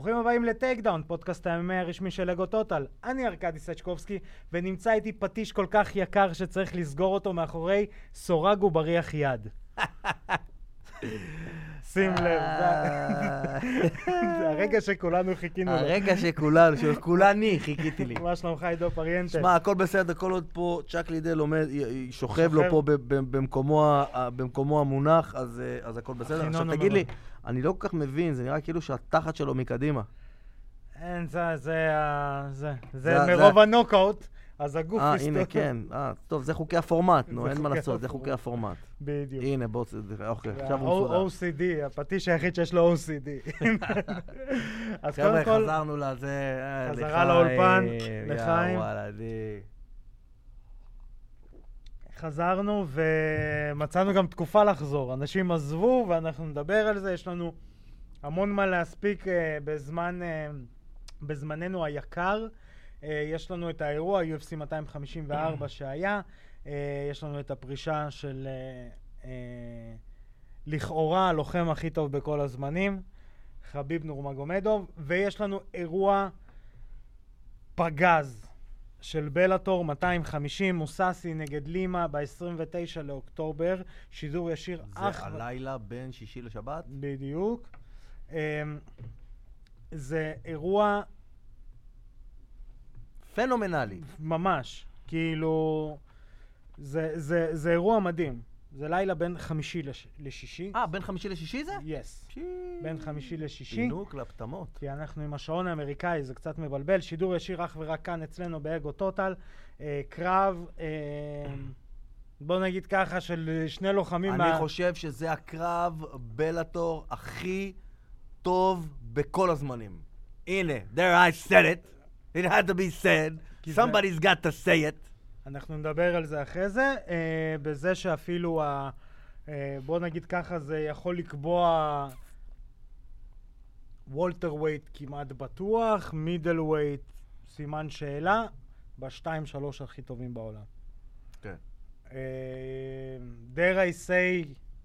ברוכים הבאים לטייקדאון, פודקאסט הימי הרשמי של לגו טוטל. אני ארקדי סצ'קובסקי, ונמצא איתי פטיש כל כך יקר שצריך לסגור אותו מאחורי סורג ובריח יד. שים לב, זה הרגע שכולנו חיכינו לו. הרגע שכולני חיכיתי לי. מה שלומך עידו פריאנטה? שמע, הכל בסדר, כל עוד פה צ'אק לידל עומד, שוכב לו פה במקומו המונח, אז הכל בסדר. עכשיו תגיד לי, אני לא כל כך מבין, זה נראה כאילו שהתחת שלו מקדימה. אין, זה מרוב הנוקאוט. אז הגוף מסתובב. הנה, כן. טוב, זה חוקי הפורמט, נו, אין מה לעשות, זה חוקי הפורמט. בדיוק. הנה, בוא, אוקיי, עכשיו הוא מסודר. OCD, הפטיש היחיד שיש לו OCD. אז חבר'ה, קודם כל, חזרנו לזה, חזרה לאולפן, לחיים. חזרנו ומצאנו גם תקופה לחזור. אנשים עזבו ואנחנו נדבר על זה, יש לנו המון מה להספיק בזמננו היקר. יש לנו את האירוע UFC 254 שהיה, יש לנו את הפרישה של לכאורה הלוחם הכי טוב בכל הזמנים, חביב נורמגומדוב, ויש לנו אירוע פגז של בלאטור 250, מוססי נגד לימה ב-29 לאוקטובר, שידור ישיר זה הלילה בין שישי לשבת? בדיוק. זה אירוע פנומנלי. ממש, כאילו, זה אירוע מדהים. זה לילה בין חמישי לשישי. בין חמישי לשישי זה? Yes. בין חמישי לשישי. פינוק לפטמות. כי אנחנו עם השעון האמריקאי, זה קצת מבלבל. שידור ישיר אך ורק כאן אצלנו באגו טוטל. קרב, בוא נגיד ככה, של שני לוחמים. אני חושב שזה הקרב בלאטור הכי טוב בכל הזמנים. הנה, there I said it. It had to be said. Somebody's got to say it. אנחנו נדבר על זה אחרי זה, בזה שאפילו, בוא נגיד ככה, זה יכול לקבוע וולטר ווייט כמעט בטוח, מידל ווייט סימן שאלה, ב2-3 הכי טובים בעולם. כן. dare I say,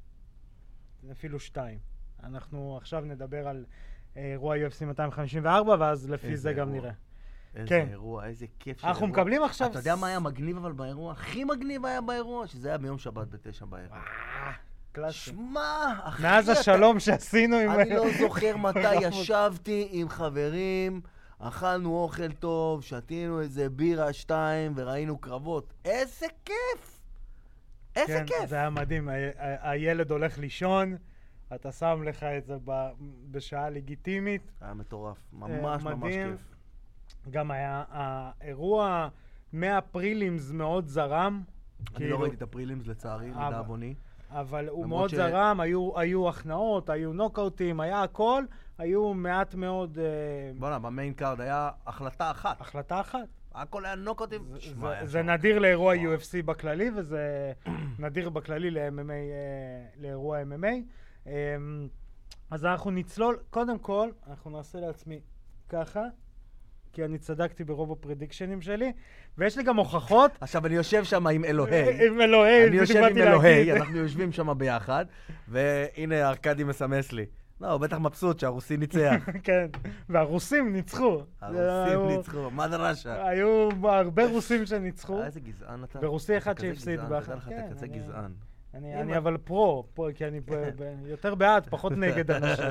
אפילו 2. אנחנו עכשיו נדבר על אירוע UFC 254, ואז לפי זה גם נראה. איזה אירוע, איזה כיף של אירוע. אנחנו מקבלים עכשיו... אתה יודע מה היה מגניב אבל באירוע? הכי מגניב היה באירוע? שזה היה ביום שבת ב9 בערב. קלאסי. שמע, אחי... מאז השלום שעשינו עם... אני לא זוכר מתי ישבתי עם חברים, אכלנו אוכל טוב, שתינו איזה בירה 2 וראינו קרבות. איזה כיף! איזה כיף! כן, זה היה מדהים. הילד הולך לישון, אתה שם לך את זה בשעה לגיטימית. היה מטורף. ממש ממש כיף. גם היה האירוע מהפרילימס מאוד זרם. אני לא ראיתי את הפרילימס לצערי, לדאבוני. אבל הוא מאוד זרם, היו הכנעות, היו נוקאוטים, היה הכל, היו מעט מאוד... בוא'נה, במיין קארד היה החלטה אחת. החלטה אחת. הכל היה נוקאוטים. זה נדיר לאירוע UFC בכללי, וזה נדיר בכללי לאירוע MMA. אז אנחנו נצלול, קודם כל, אנחנו נעשה לעצמי ככה. כי אני צדקתי ברוב הפרדיקשנים שלי, ויש לי גם הוכחות. עכשיו, אני יושב שם עם אלוהי. עם אלוהי. אני יושב עם אלוהי, אנחנו יושבים שם ביחד, והנה ארקדי מסמס לי. לא, הוא בטח מבסוט שהרוסי ניצח. כן, והרוסים ניצחו. הרוסים ניצחו, מה זה רשע? היו הרבה רוסים שניצחו. איזה גזען אתה. ורוסי אחד שהפסיד באחד. אתה כזה גזען. אני אבל פרו, כי אני יותר בעד, פחות נגד אנשים.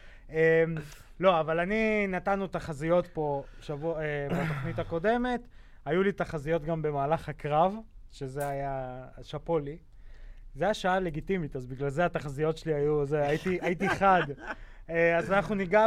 לא, אבל אני נתנו תחזיות פה בתוכנית הקודמת. היו לי תחזיות גם במהלך הקרב, שזה היה שפולי. זה היה שעה לגיטימית, אז בגלל זה התחזיות שלי היו, הייתי חד. אז אנחנו ניגע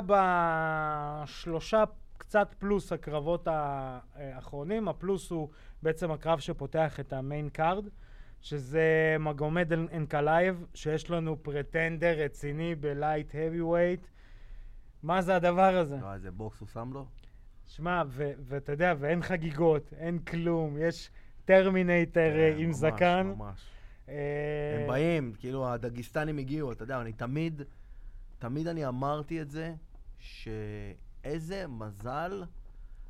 בשלושה קצת פלוס הקרבות האחרונים. הפלוס הוא בעצם הקרב שפותח את המיין קארד, שזה מגומד אנקלייב, שיש לנו פרטנדר רציני בלייט heavy weight. מה זה הדבר הזה? לא, איזה בוקס הוא שם לו? שמע, ואתה יודע, ואין חגיגות, אין כלום, יש טרמינטר עם זקן. ממש. הם באים, כאילו הדגיסטנים הגיעו, אתה יודע, אני תמיד אני אמרתי את זה, שאיזה מזל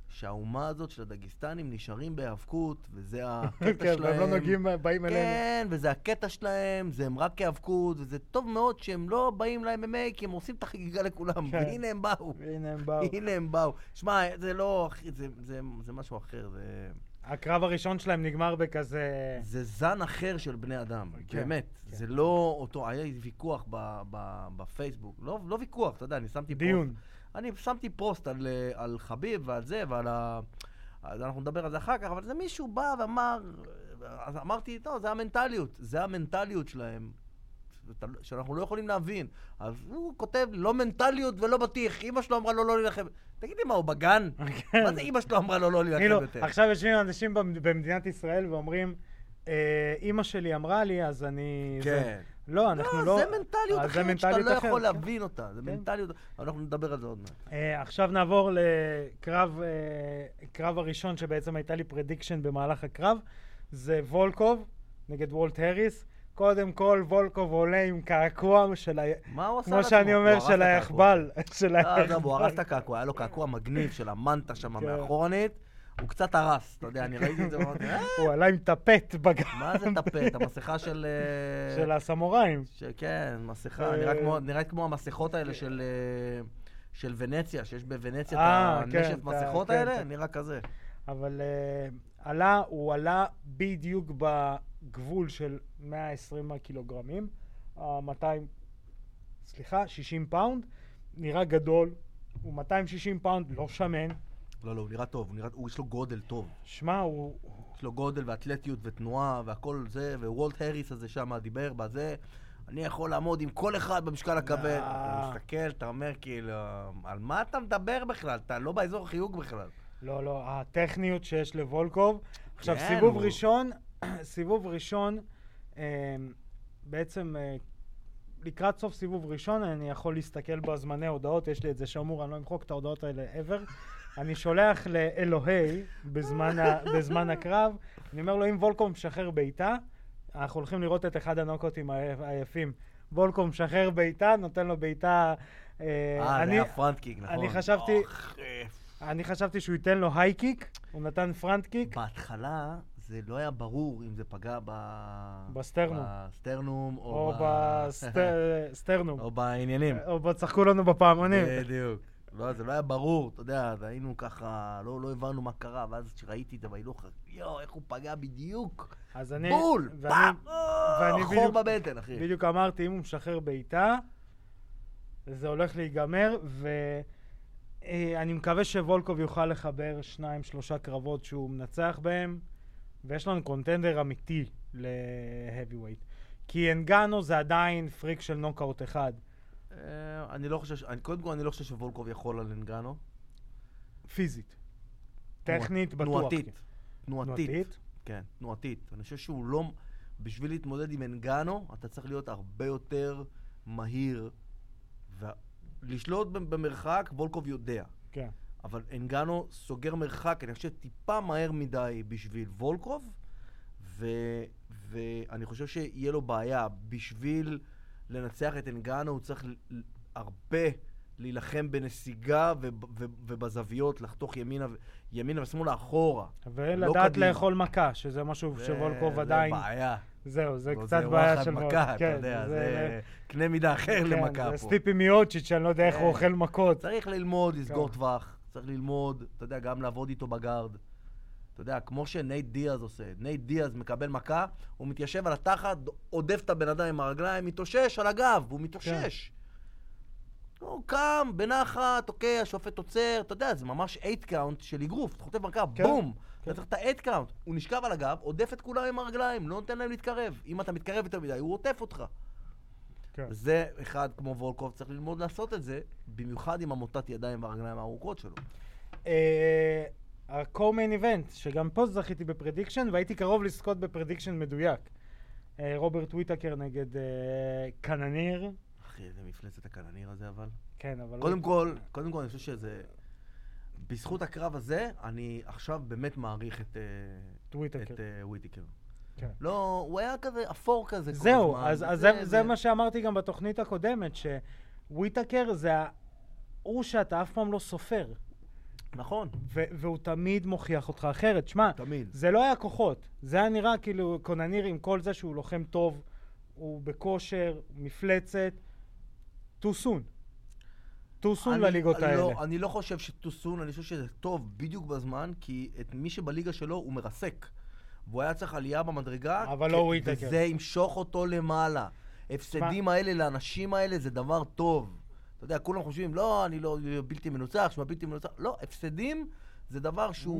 שהאומה הזאת של הדגיסטנים נשארים בהיאבקות, וזה הקטע שלהם. כן, והם לא נוגעים, באים אלינו. כן, וזה הקטע שלהם, זה הם רק היאבקות, וזה טוב מאוד שהם לא באים ל-MMA, כי הם עושים את החגיגה לכולם, והנה הם באו. הנה הם באו. שמע, זה לא, זה משהו אחר, זה... הקרב הראשון שלהם נגמר בכזה... זה זן אחר של בני אדם, באמת. זה לא אותו, היה ויכוח בפייסבוק, לא ויכוח, אתה יודע, אני שמתי פוסט. דיון. אני שמתי פוסט על חביב ועל זה, ועל ה... אז אנחנו נדבר על זה אחר כך, אבל זה מישהו בא ואמר, אז אמרתי, טוב, זה המנטליות שלהם, שאנחנו לא יכולים להבין. אז הוא כותב, לא מנטליות ולא בטיח, אמא שלו אמרה לו לא להילחם. תגידי מה, הוא בגן? מה זה אמא שלו אמרה לו לא להילחם יותר? עכשיו יושבים אנשים במדינת ישראל ואומרים, אמא שלי אמרה לי, אז אני... כן. לא, אנחנו לא... זה מנטליות אחרת שאתה לא יכול להבין אותה. זה מנטליות... אנחנו נדבר על זה עוד מעט. עכשיו נעבור לקרב הראשון שבעצם הייתה לי פרדיקשן במהלך הקרב. זה וולקוב נגד וולט הריס. קודם כל, וולקוב עולה עם קעקוע של מה הוא עשה? כמו שאני אומר, של היחבל. הוא הרס את הקעקוע, היה לו קעקוע מגניב של המנטה שם מאחורנית. הוא קצת הרס, אתה יודע, אני ראיתי את זה ואמרתי, הוא עלה עם טפט בגן. מה זה טפט? המסכה של... של הסמוראים. כן, מסכה, נראית כמו המסכות האלה של ונציה, שיש בוונציה את הנשף מסכות האלה, נראה כזה. אבל הוא עלה בדיוק בגבול של 120 קילוגרמים, 60 פאונד, נראה גדול, הוא 260 פאונד, לא שמן. לא, הוא נראה טוב, יש לו גודל טוב. שמע, יש לו גודל ואתלטיות ותנועה והכל זה, ווולט הריס הזה שם דיבר בזה, אני יכול לעמוד עם כל אחד במשקל הכבד. אתה מסתכל, אתה אומר כאילו, על מה אתה מדבר בכלל? אתה לא באזור החיוג בכלל. לא, הטכניות שיש לוולקוב. עכשיו, סיבוב ראשון, בעצם לקראת סוף סיבוב ראשון, אני יכול להסתכל בזמני הודעות, יש לי את זה שאמור, אני לא אמחוק את ההודעות האלה ever. אני שולח לאלוהי בזמן הקרב, אני אומר לו, אם וולקוב משחרר בעיטה, אנחנו הולכים לראות את אחד הנוקאוטים היפים. וולקוב משחרר בעיטה, נותן לו בעיטה... זה היה פרנט קיק, נכון. אני חשבתי שהוא ייתן לו היי קיק, הוא נתן פרנט קיק. בהתחלה זה לא היה ברור אם זה פגע בסטרנום או בסטרנום. או בעניינים. או צחקו לנו בפעמונים. בדיוק. לא, זה לא היה ברור, אתה יודע, היינו ככה, לא הבנו מה קרה, ואז כשראיתי את הבהילוך, איך הוא פגע בדיוק. בול! חור בבטן, אחי. בדיוק אמרתי, אם הוא משחרר בעיטה, זה הולך להיגמר, ואני מקווה שוולקוב יוכל לחבר 2-3 קרבות שהוא מנצח בהם, ויש לנו קונטנדר אמיתי להאביווייט. כי אנגאנו זה עדיין פריק של נוקאוט אחד. קודם כל אני לא חושב שוולקוב יכול על אנגאנו. פיזית. טכנית בטוח. תנועתית. כן, תנועתית. אני חושב שהוא לא... בשביל להתמודד עם אנגאנו, אתה צריך להיות הרבה יותר מהיר. ולשלוט במרחק, וולקוב יודע. כן. אבל אנגאנו סוגר מרחק, אני חושב טיפה מהר מדי בשביל וולקוב, ואני חושב שיהיה לו בעיה. בשביל לנצח את אנגאנו הוא צריך הרבה להילחם בנסיגה ובזוויות, לחתוך ימינה ושמאלה אחורה. ולדעת לאכול מכה, שזה משהו שוולקוב עדיין... זה בעיה. זהו, זה קצת בעיה של וולקוב. אתה יודע, זה קנה מידה אחר למכה פה. זה סטיפי מיוצ'יץ', אני לא יודע איך הוא אוכל מכות. צריך ללמוד, לסגור טווח, צריך ללמוד, אתה יודע, גם לעבוד איתו בגארד. אתה יודע, כמו שנייט דיאז עושה. נייט דיאז מקבל מכה, הוא מתיישב על התחת, עודף את הבן אדם עם הרגליים, מתאושש על הגב, הוא מתאושש. הוא קם, בנחת, אוקיי, השופט עוצר, אתה יודע, זה ממש 8 קאונט של אגרוף, אתה חוטף מכה, בום! אתה צריך את ה8 קאונט. הוא נשכב על הגב, עודף את כולם עם הרגליים, לא נותן להם להתקרב. אם אתה מתקרב יותר מדי, הוא עוטף אותך. זה אחד כמו וולקוב, צריך ללמוד לעשות את זה, במיוחד עם המוטת ידיים והרגליים הארוכות שלו. ה-co-main event, שגם פה זכיתי בפרדיקשן, והייתי קרוב לזכות בפרדיקשן מדויק. רוברט וויטקר נגד קנניר. אחי, איזה מפלצת הקנניר הזה, אבל. כן, אבל... קודם כל, אני חושב שזה... בזכות הקרב הזה, אני עכשיו באמת מעריך את וויטקר. כן. לא, הוא היה כזה, אפור כזה. זהו, אז זה מה שאמרתי גם בתוכנית הקודמת, שוויטקר זה הוא שאתה אף פעם לא סופר. נכון. והוא תמיד מוכיח אותך אחרת. שמע, תמיד. זה לא היה כוחות. זה היה נראה כאילו קונניר עם כל זה שהוא לוחם טוב, הוא בכושר, מפלצת. too soon לליגות האלה. אני לא חושב ש-too soon, אני חושב שזה טוב בדיוק בזמן, כי את מי שבליגה שלו הוא מרסק. והוא היה צריך עלייה במדרגה, אבל לא וויטקר. וזה ימשוך אותו למעלה. הפסדים האלה לאנשים האלה זה דבר טוב. אתה יודע, כולם חושבים, לא, אני לא בלתי מנוצח, שמה בלתי מנוצח. לא, הפסדים זה דבר שהוא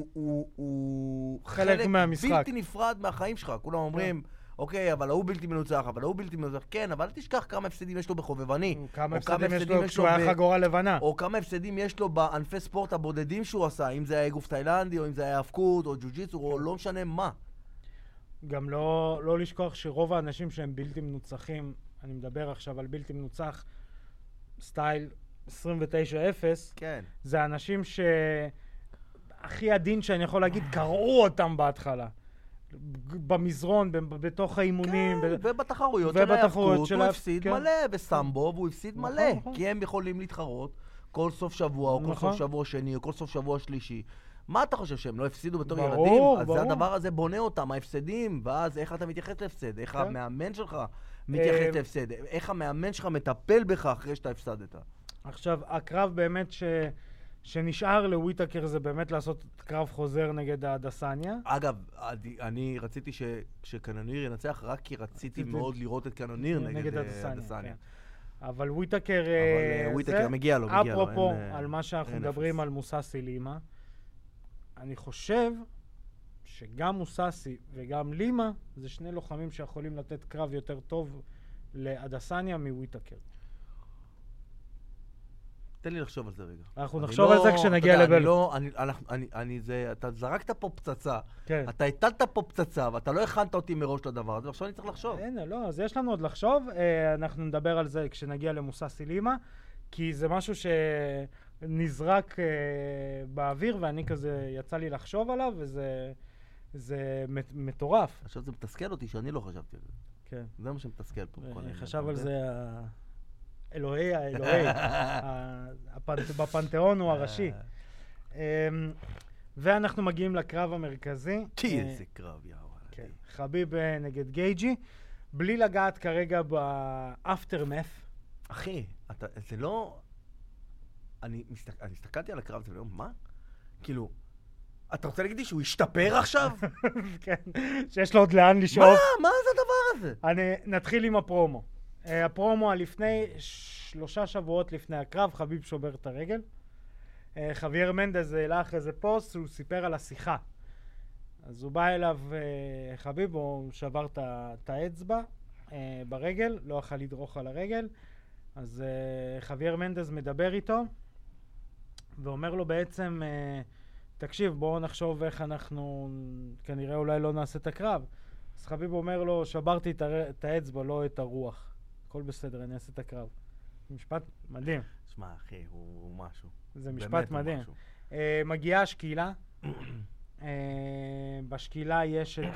חלק מהמשחק. בלתי נפרד מהחיים שלך. כולם אומרים, אוקיי, אבל הוא בלתי מנוצח, אבל הוא בלתי מנוצח. כן, אבל אל תשכח כמה הפסדים יש לו בחובבני. כמה הפסדים יש לו כשהוא היה חגורה לבנה. או כמה הפסדים יש לו בענפי ספורט הבודדים שהוא עשה, אם זה היה אגרוף תאילנדי, או אם זה היה הפקוד, או ג'ו-ג'יטסו, או לא משנה מה. גם לא לשכוח שרוב האנשים שהם בלתי מנוצחים, אני מדבר עכשיו על בלתי מנוצח, סטייל 29-0, כן. זה אנשים הכי עדין שאני יכול להגיד, קראו אותם בהתחלה. במזרון, בתוך האימונים. כן, ובתחרויות של ההפקות, הוא הפסיד מלא, בסמבו, והוא הפסיד מלא. כי הם יכולים להתחרות כל סוף שבוע, או כל סוף שבוע שני, או כל סוף שבוע שלישי. מה אתה חושב שהם לא הפסידו בתור ילדים? אז זה הדבר הזה בונה אותם, ההפסדים, ואז איך אתה מתייחס להפסד? איך המאמן שלך מתייחס להפסד? איך המאמן שלך מטפל בך אחרי שאתה הפסדת? עכשיו, הקרב באמת שנשאר לוויטקר זה באמת לעשות קרב חוזר נגד הדסניה. אגב, אני רציתי שקנוניר ינצח רק כי רציתי מאוד לראות את קנוניר נגד הדסניה. אבל וויטקר מגיע לו. אפרופו על מה שאנחנו מדברים על מוססי לימה, אני חושב שגם מוססי וגם לימה זה שני לוחמים שיכולים לתת קרב יותר טוב לאדסניה מוויטקר. תן לי לחשוב על זה רגע. אנחנו נחשוב על זה כשנגיע לבל. אתה זרקת פה פצצה. כן. אתה הטלת פה פצצה, ואתה לא הכנת אותי מראש לדבר הזה, ועכשיו אני צריך לחשוב. הנה, לא, אז יש לנו עוד לחשוב. אנחנו נדבר על זה כשנגיע למוססי לימה, כי זה משהו שנזרק באוויר, ואני כזה יצא לי לחשוב עליו, וזה מטורף. עכשיו זה מתסכל אותי שאני לא חשבתי על זה. כן. זה מה שמתסכל פה. אני חשב על זה אלוהי, בפנתיאון הוא הראשי. ואנחנו מגיעים לקרב המרכזי. איזה קרב, יאו. חביב נגד גייג'י, בלי לגעת כרגע באפטרמף. אחי, זה לא... אני הסתכלתי על הקרב, זה לא... מה? כאילו, אתה רוצה להגיד לי שהוא השתפר עכשיו? כן, שיש לו עוד לאן לשאוף. מה זה הדבר הזה? נתחיל עם הפרומו. הפרומו לפני 3 שבועות לפני הקרב, חביב שובר את הרגל. חוויאר מנדז העלה אחרי זה פוסט, הוא סיפר על השיחה. אז הוא בא אליו, חביב, הוא שבר את האצבע ברגל, לא יכול לדרוך על הרגל. אז חוויאר מנדז מדבר איתו, ואומר לו בעצם, תקשיב, בואו נחשוב איך אנחנו, כנראה אולי לא נעשה את הקרב. אז חביב אומר לו, שברתי את האצבע, לא את הרוח. הכל בסדר, אני אעשה את הקרב. משפט מדהים. שמע, אחי, הוא משהו. זה משפט מדהים. מגיעה השקילה. בשקילה יש את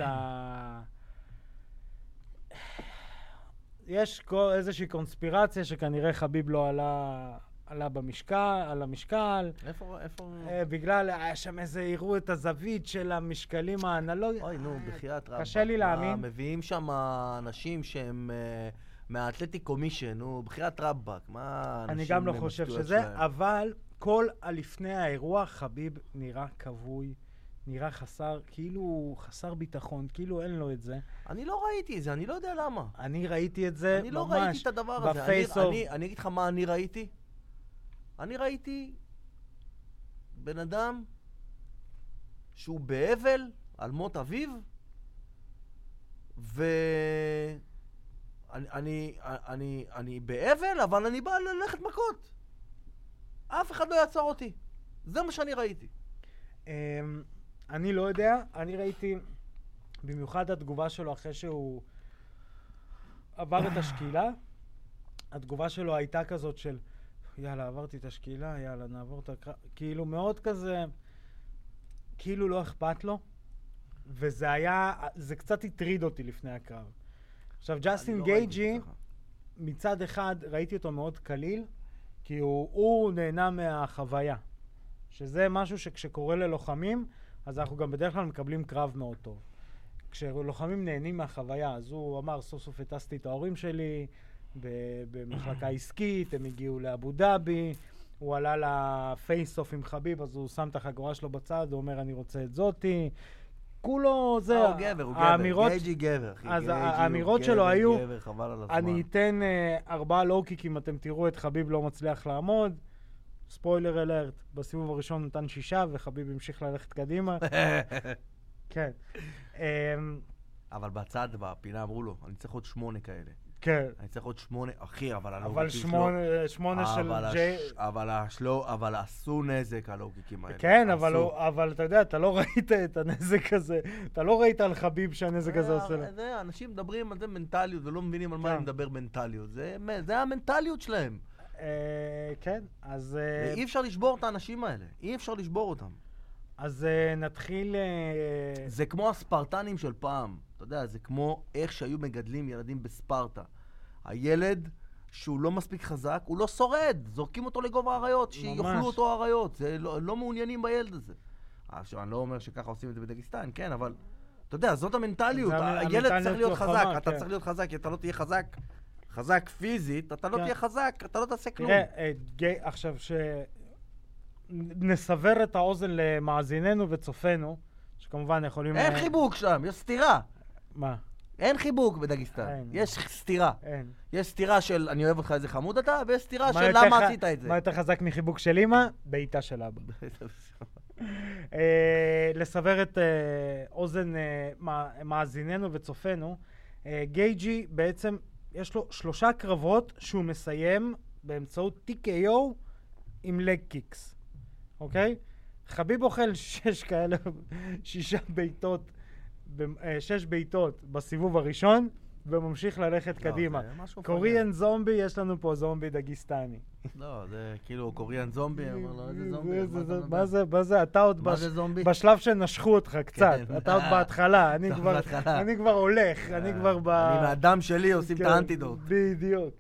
יש איזושהי קונספירציה שכנראה חביב לא עלה על המשקל. איפה? בגלל, היה שם איזה, יראו את הזווית של המשקלים האנלוגיים. אוי, נו, בחייאת רבה. קשה לי להאמין. מביאים שם אנשים שהם מהאתלטיק קומישן, נו, בחייאת רבק. אני גם לא חושב שזה, אבל כל לפני האירוע, חביב נראה כבוי. נראה חסר, כאילו חסר ביטחון, כאילו אין לו את זה. אני לא ראיתי את זה, אני לא יודע למה. אני ראיתי את זה ממש. אני לא ראיתי את הדבר הזה. בפייס-אוף. אני אגיד לך מה אני ראיתי. אני ראיתי בן אדם שהוא באבל על מות אביו, אני באבל, אבל אני בא ללכת מכות. אף אחד לא יעצור אותי. זה מה שאני ראיתי. אני לא יודע, אני ראיתי במיוחד התגובה שלו אחרי שהוא עבר את השקילה. התגובה שלו הייתה כזאת של יאללה, עברתי את השקילה, יאללה, נעבור את הקרב. כאילו מאוד כזה, כאילו לא אכפת לו. וזה היה, זה קצת הטריד אותי לפני הקרב. עכשיו, ג'סטין גייג'י, מצד אחד ראיתי אותו מאוד קליל, כי הוא נהנה מהחוויה שזה משהו שכשקורה ללוחמים, אז אנחנו גם בדרך כלל מקבלים קרב מאוד טוב. כשלוחמים נהנים מהחוויה, אז הוא אמר, סוף סוף הטסתי את ההורים שלי במחלקה עסקית, הם הגיעו לאבו דאבי, הוא עלה לפייס-אוף עם חביב, אז הוא שם את החגורה שלו בצד, הוא אומר, אני רוצה את זאתי. כולו, זה... הוא גבר, הוא גבר. גייג'י גבר, אחי. אז האמירות שלו היו, גבר, חבל על הזמן. אני אתן 4 לואו-קיקים, אתם תראו את חביב לא מצליח לעמוד. ספוילר אלרט, בסיבוב הראשון נתן 6, וחביב המשיך ללכת קדימה. כן. אבל בצד, בפינה אמרו לו, אני צריך עוד 8 כאלה. כן. אני צריך עוד 8, אחי, אבל אבל 8 של ג'יי... אבל עשו נזק הלואו-קיקים האלה. כן, אבל אתה יודע, אתה לא ראית את הנזק הזה. אתה לא ראית על חביב שהנזק הזה עושה לו. אנשים מדברים על זה מנטליות, ולא מבינים על מה אני מדבר מנטליות. זה המנטליות שלהם. כן, אז... ואי אפשר לשבור את האנשים האלה. אי אפשר לשבור אותם. אז נתחיל... זה כמו הספרטנים של פעם. אתה יודע, זה כמו איך שהיו מגדלים ילדים בספרטה. הילד שהוא לא מספיק חזק, הוא לא שורד. זורקים אותו לגובה האריות, שיוכלו אותו האריות. זה לא מעוניינים בילד הזה. עכשיו, אני לא אומר שככה עושים את זה בדגיסטן, כן, אבל... אתה יודע, זאת המנטליות. הילד צריך להיות חזק. אתה צריך להיות חזק, כי אתה לא תהיה חזק פיזית, אתה לא תהיה חזק, אתה לא תעשה כלום. תראה, עכשיו נסבר את האוזן למאזיננו וצופנו, שכמובן יכולים... אין חיבוק שם, יש סתירה. מה? אין חיבוק בדגיסטן, יש סתירה. אין. יש סתירה של אני אוהב אותך איזה חמוד אתה, ויש סתירה של למה עשית את זה. מה יותר חזק מחיבוק של אמא? בעיטה של אבא. לסבר את אוזן מאזיננו וצופנו, גייג'י בעצם יש לו 3 קרבות שהוא מסיים באמצעות TKO עם לג קיקס, אוקיי? חביב אוכל 6 בעיטות, 6 בעיטות בסיבוב הראשון, וממשיך ללכת קדימה. קוריאן זומבי, יש לנו פה זומבי דגיסטני. לא, זה כאילו קוריאן זומבי, אמר לו, איזה זומבי? מה זה? אתה עוד בשלב שנשכו אותך קצת. אתה עוד בהתחלה, אני כבר הולך, אני כבר ב... אני מהדם שלי עושים את האנטידוט. בדיוק.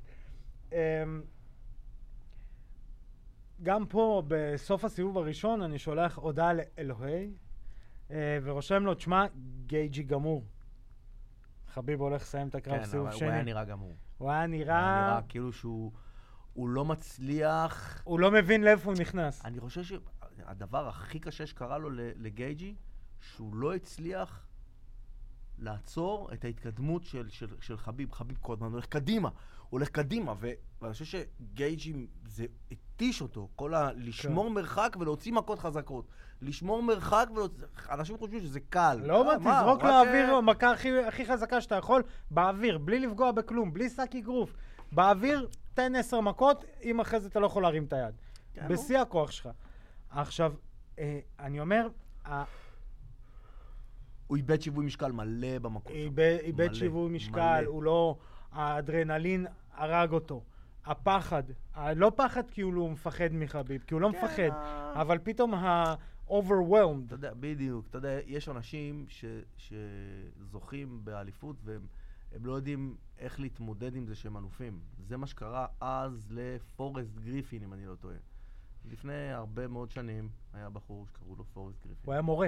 גם פה, בסוף הסיבוב הראשון, אני שולח הודעה לאלוהי, ורושם לו, תשמע, גייג'י גמור. חביב הולך לסיים את הקרב סיבוב שני. כן, אבל הוא היה נראה גמור. הוא היה נראה כאילו שהוא לא מצליח... הוא לא מבין לאיפה הוא נכנס. אני חושב שהדבר הכי קשה שקרה לו לגייג'י, שהוא לא הצליח לעצור את ההתקדמות של חביב. חביב קודם, הוא הולך קדימה, ואני חושב שגייג'י, זה התיש אותו, כל לשמור מרחק ולהוציא מכות חזקות. לשמור מרחק ולהוציא... אנשים חושבים שזה קל. לא, תזרוק לאוויר, המכה הכי חזקה שאתה יכול, באוויר, בלי לפגוע בכלום, בלי סק אגרוף. באוויר, תן 10 מכות, אם אחרי זה אתה לא יכול להרים את היד. בשיא הכוח שלך. עכשיו, אני אומר... הוא איבד שיווי משקל מלא במכות. איבד שיווי משקל, הוא לא... האדרנלין הרג אותו. הפחד, לא פחד כי הוא לא מפחד מחביב, כי הוא לא מפחד, אבל פתאום overwhelmed. אתה יודע, בדיוק. אתה יודע, יש אנשים שזוכים באליפות והם לא יודעים איך להתמודד עם זה שהם אלופים. זה מה שקרה אז לפורסט גריפין, אם אני לא טועה. לפני הרבה מאוד שנים היה בחור שקראו לו פורסט גריפין. הוא היה מורה.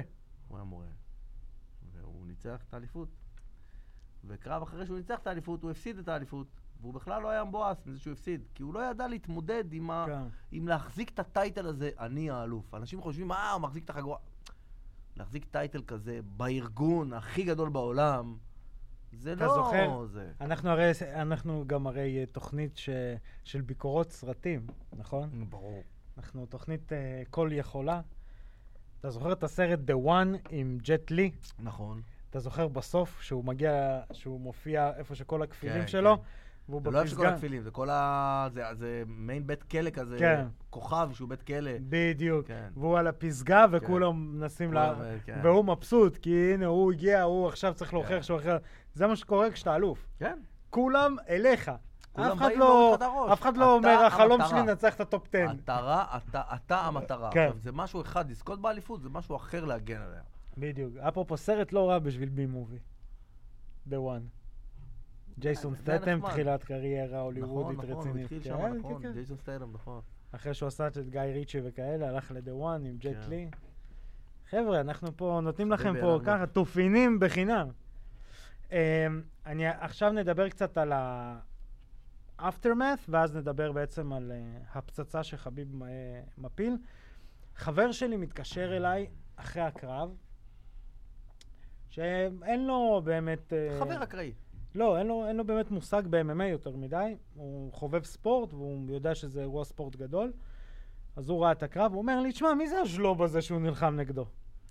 והוא ניצח את האליפות. וקרב אחרי שהוא ניצח את האליפות, הוא הפסיד את האליפות. והוא בכלל לא היה מבואס מזה שהוא הפסיד. כי הוא לא ידע להתמודד עם להחזיק את הטייטל הזה, אני האלוף. אנשים חושבים, הוא מחזיק את החגורה. להחזיק טייטל כזה בארגון הכי גדול בעולם, זה לא... זוכר? אנחנו גם הרי תוכנית של ביקורות סרטים, נכון? ברור. אנחנו תוכנית כל יכולה. אתה זוכר את הסרט The One עם ג'ט לי? נכון. אתה זוכר בסוף שהוא מגיע, שהוא מופיע איפה שכל הכפילים שלו? והוא זה לא איפה שכל הכפילים, זה כל זה מיין בית כלא כזה, כוכב שהוא בית כלא. בדיוק. והוא על הפסגה וכולם מנסים והוא מבסוט, כי הנה הוא הגיע, הוא עכשיו צריך להוכיח שהוא אחר. זה מה שקורה כשאתה אלוף. כן. כולם אליך. אף אחד לא אומר, החלום שלי נצח את הטופ 10. אתה המטרה. עכשיו, זה משהו אחד, לזכות באליפות, זה משהו אחר להגן עליה. בדיוק. אפרופו סרט לא רע בשביל בי מובי. The One. ג'ייסון סטטם, תחילת קריירה הוליוודית רצינית. נכון, התחיל שם, נכון. ג'ייסון סטטם, נכון. אחרי שהוא עשה את גיא ריצ'י וכאלה, הלך לדה וואן עם ג'ט כן. לי. חבר'ה, אנחנו פה נותנים לכם חביבי, פה אנחנו- ככה תופינים בחינם. עכשיו נדבר קצת על ה-aftermath, ואז נדבר בעצם על הפצצה שחביב מפיל. חבר שלי מתקשר אליי אחרי הקרב, שאין לו באמת... חבר אקראי. לא, אין לו באמת מושג ב-MMA יותר מדי. הוא חובב ספורט, והוא יודע שזה אירוע ספורט גדול. אז הוא ראה את הקרב, הוא אומר לי, תשמע, מי זה הז'לוב הזה שהוא נלחם נגדו?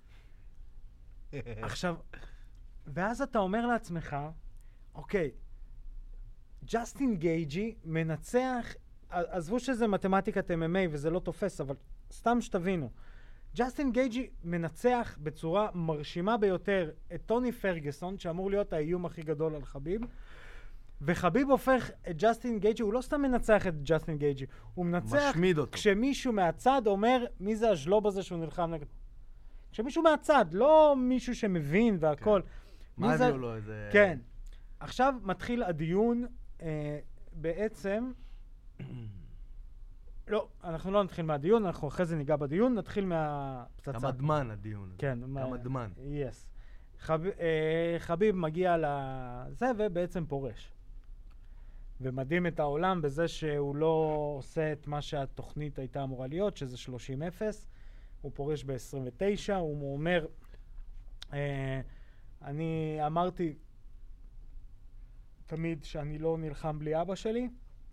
עכשיו, ואז אתה אומר לעצמך, אוקיי, ג'סטין גייג'י מנצח, עזבו שזה מתמטיקת MMA וזה לא תופס, אבל סתם שתבינו, ג'סטין גייג'י מנצח בצורה מרשימה ביותר את טוני פרגוסון, שאמור להיות האיום הכי גדול על חביב, וחביב הופך את ג'סטין גייג'י, הוא לא סתם מנצח את ג'סטין גייג'י, הוא מנצח משמיד אותו. כשמישהו מהצד אומר, מי זה הז'לוב הזה שהוא נלחם נגד? כשמישהו מהצד, לא מישהו שמבין והכל. מה מי זה- הביאו לו איזה... כן. עכשיו מתחיל הדיון, בעצם... לא, אנחנו לא נתחיל מהדיון, אנחנו אחרי זה ניגע בדיון, נתחיל מהפצצה. המדמן הדיון. הזה. כן. המדמן. יס. חביב מגיע לזה ובעצם פורש. ומדהים את העולם בזה שהוא לא עושה את מה שהתוכנית הייתה אמורה להיות, שזה 30-0. הוא פורש ב-29, הוא אומר, אני אמרתי תמיד שאני לא נלחם בלי אבא שלי,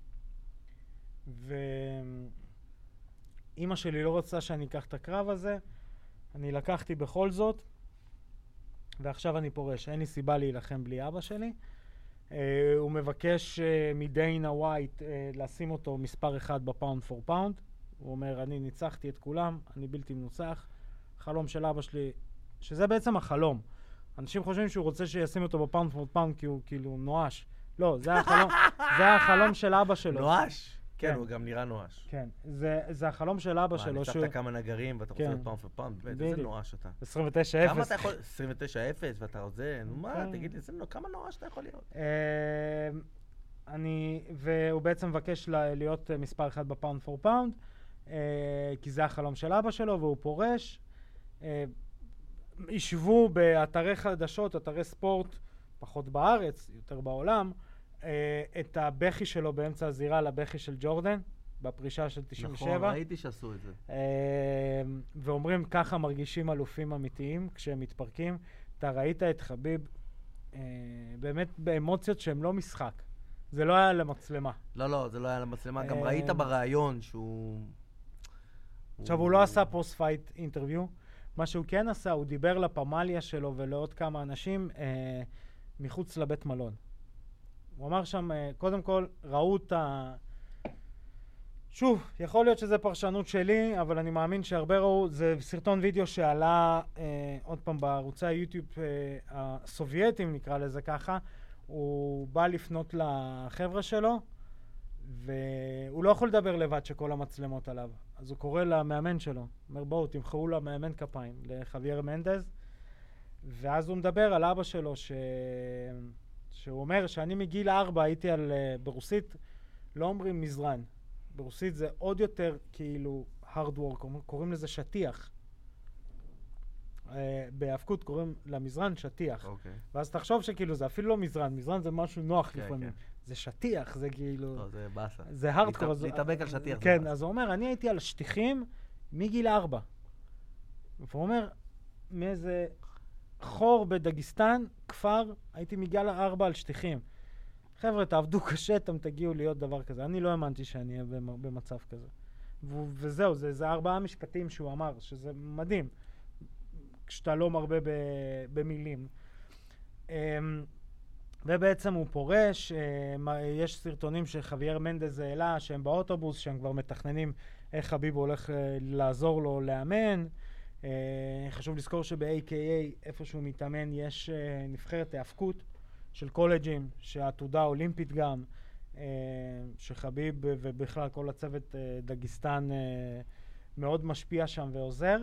ואמא שלי לא רצתה שאני אקח את הקרב הזה, אני לקחתי בכל זאת, ועכשיו אני פורש, אין לי סיבה להילחם בלי אבא שלי. הוא מבקש מדיינה ווייט לשים אותו מספר 1 בפאונד פור פאונד. הוא אומר, אני ניצחתי את כולם, אני בלתי מנוצח. חלום של אבא שלי, שזה בעצם החלום. אנשים חושבים שהוא רוצה שישים אותו בפאונד פור פאונד כי הוא כאילו נואש. לא, זה החלום, זה החלום של אבא שלו. נואש? כן, כן. הוא גם נראה נואש. כן, זה החלום של אבא שלו. ניצחת כמה נגרים ואתה רוצה כן. להיות פאונד פור פאונד, באמת, איזה בדיוק. נואש אתה. 29-0. כמה אתה יכול... 29-0 ואתה רוצה... נו מה, כן. תגיד לי, כמה נואש אתה יכול להיות? והוא בעצם מבקש להיות מספר 1 בפאונד פור פאונד, כי זה החלום של אבא שלו, והוא פורש. ישבו באתרי חדשות, אתרי ספורט, פחות בארץ, יותר בעולם, את הבכי שלו באמצע הזירה לבכי של ג'ורדן, בפרישה של 97. נכון, ראיתי שעשו את זה. ואומרים, ככה מרגישים אלופים אמיתיים כשהם מתפרקים. אתה ראית את חביב באמת באמוציות שהן לא משחק. זה לא היה למצלמה. לא, זה לא היה למצלמה. גם ראית בריאיון שהוא... עכשיו, הוא לא עשה פוסט פייט אינטרוויו. מה שהוא כן עשה, הוא דיבר לפמליה שלו ולעוד כמה אנשים מחוץ לבית מלון. הוא אמר שם, קודם כל, ראו את ה... שוב, יכול להיות שזה פרשנות שלי, אבל אני מאמין שהרבה ראו, זה סרטון וידאו שעלה עוד פעם בערוצי היוטיוב הסובייטים, נקרא לזה ככה. הוא בא לפנות לחבר'ה שלו, והוא לא יכול לדבר לבד שכל המצלמות עליו. אז הוא קורא למאמן שלו, אומר בואו תמחאו למאמן כפיים, לחבייר מנדז, ואז הוא מדבר על אבא שלו שהוא אומר שאני מגיל 4 הייתי ברוסית, לא אומרים מזרן, ברוסית זה עוד יותר כאילו hard work, קוראים לזה שטיח. בהאבקות קוראים למזרן שטיח. אוקיי. ואז תחשוב שכאילו זה אפילו לא מזרן, מזרן זה משהו נוח כן, לפעמים. כן. זה שטיח, זה כאילו... לא, זה באסה. זה הארדקור. להתאבק על שטיח זה כן, באסה. אז הוא אומר, אני הייתי על שטיחים מגיל 4. והוא אומר, מאיזה חור בדגיסטן, כפר, הייתי מגיל 4 על שטיחים. חבר'ה, תעבדו קשה, אתם תגיעו להיות דבר כזה. אני לא האמנתי שאני אהיה במצב כזה. וזהו, זה 4 משפטים שהוא אמר, שזה מדהים. כשאתה לא מרבה במילים. ובעצם הוא פורש, יש סרטונים שחבייר מנדז העלה שהם באוטובוס, שהם כבר מתכננים איך חביב הולך לעזור לו לאמן. חשוב לזכור שב-AKA, איפה שהוא מתאמן, יש נבחרת האבקות של קולג'ים, שהעתודה אולימפית גם, שחביב ובכלל כל הצוות דגיסטן מאוד משפיע שם ועוזר.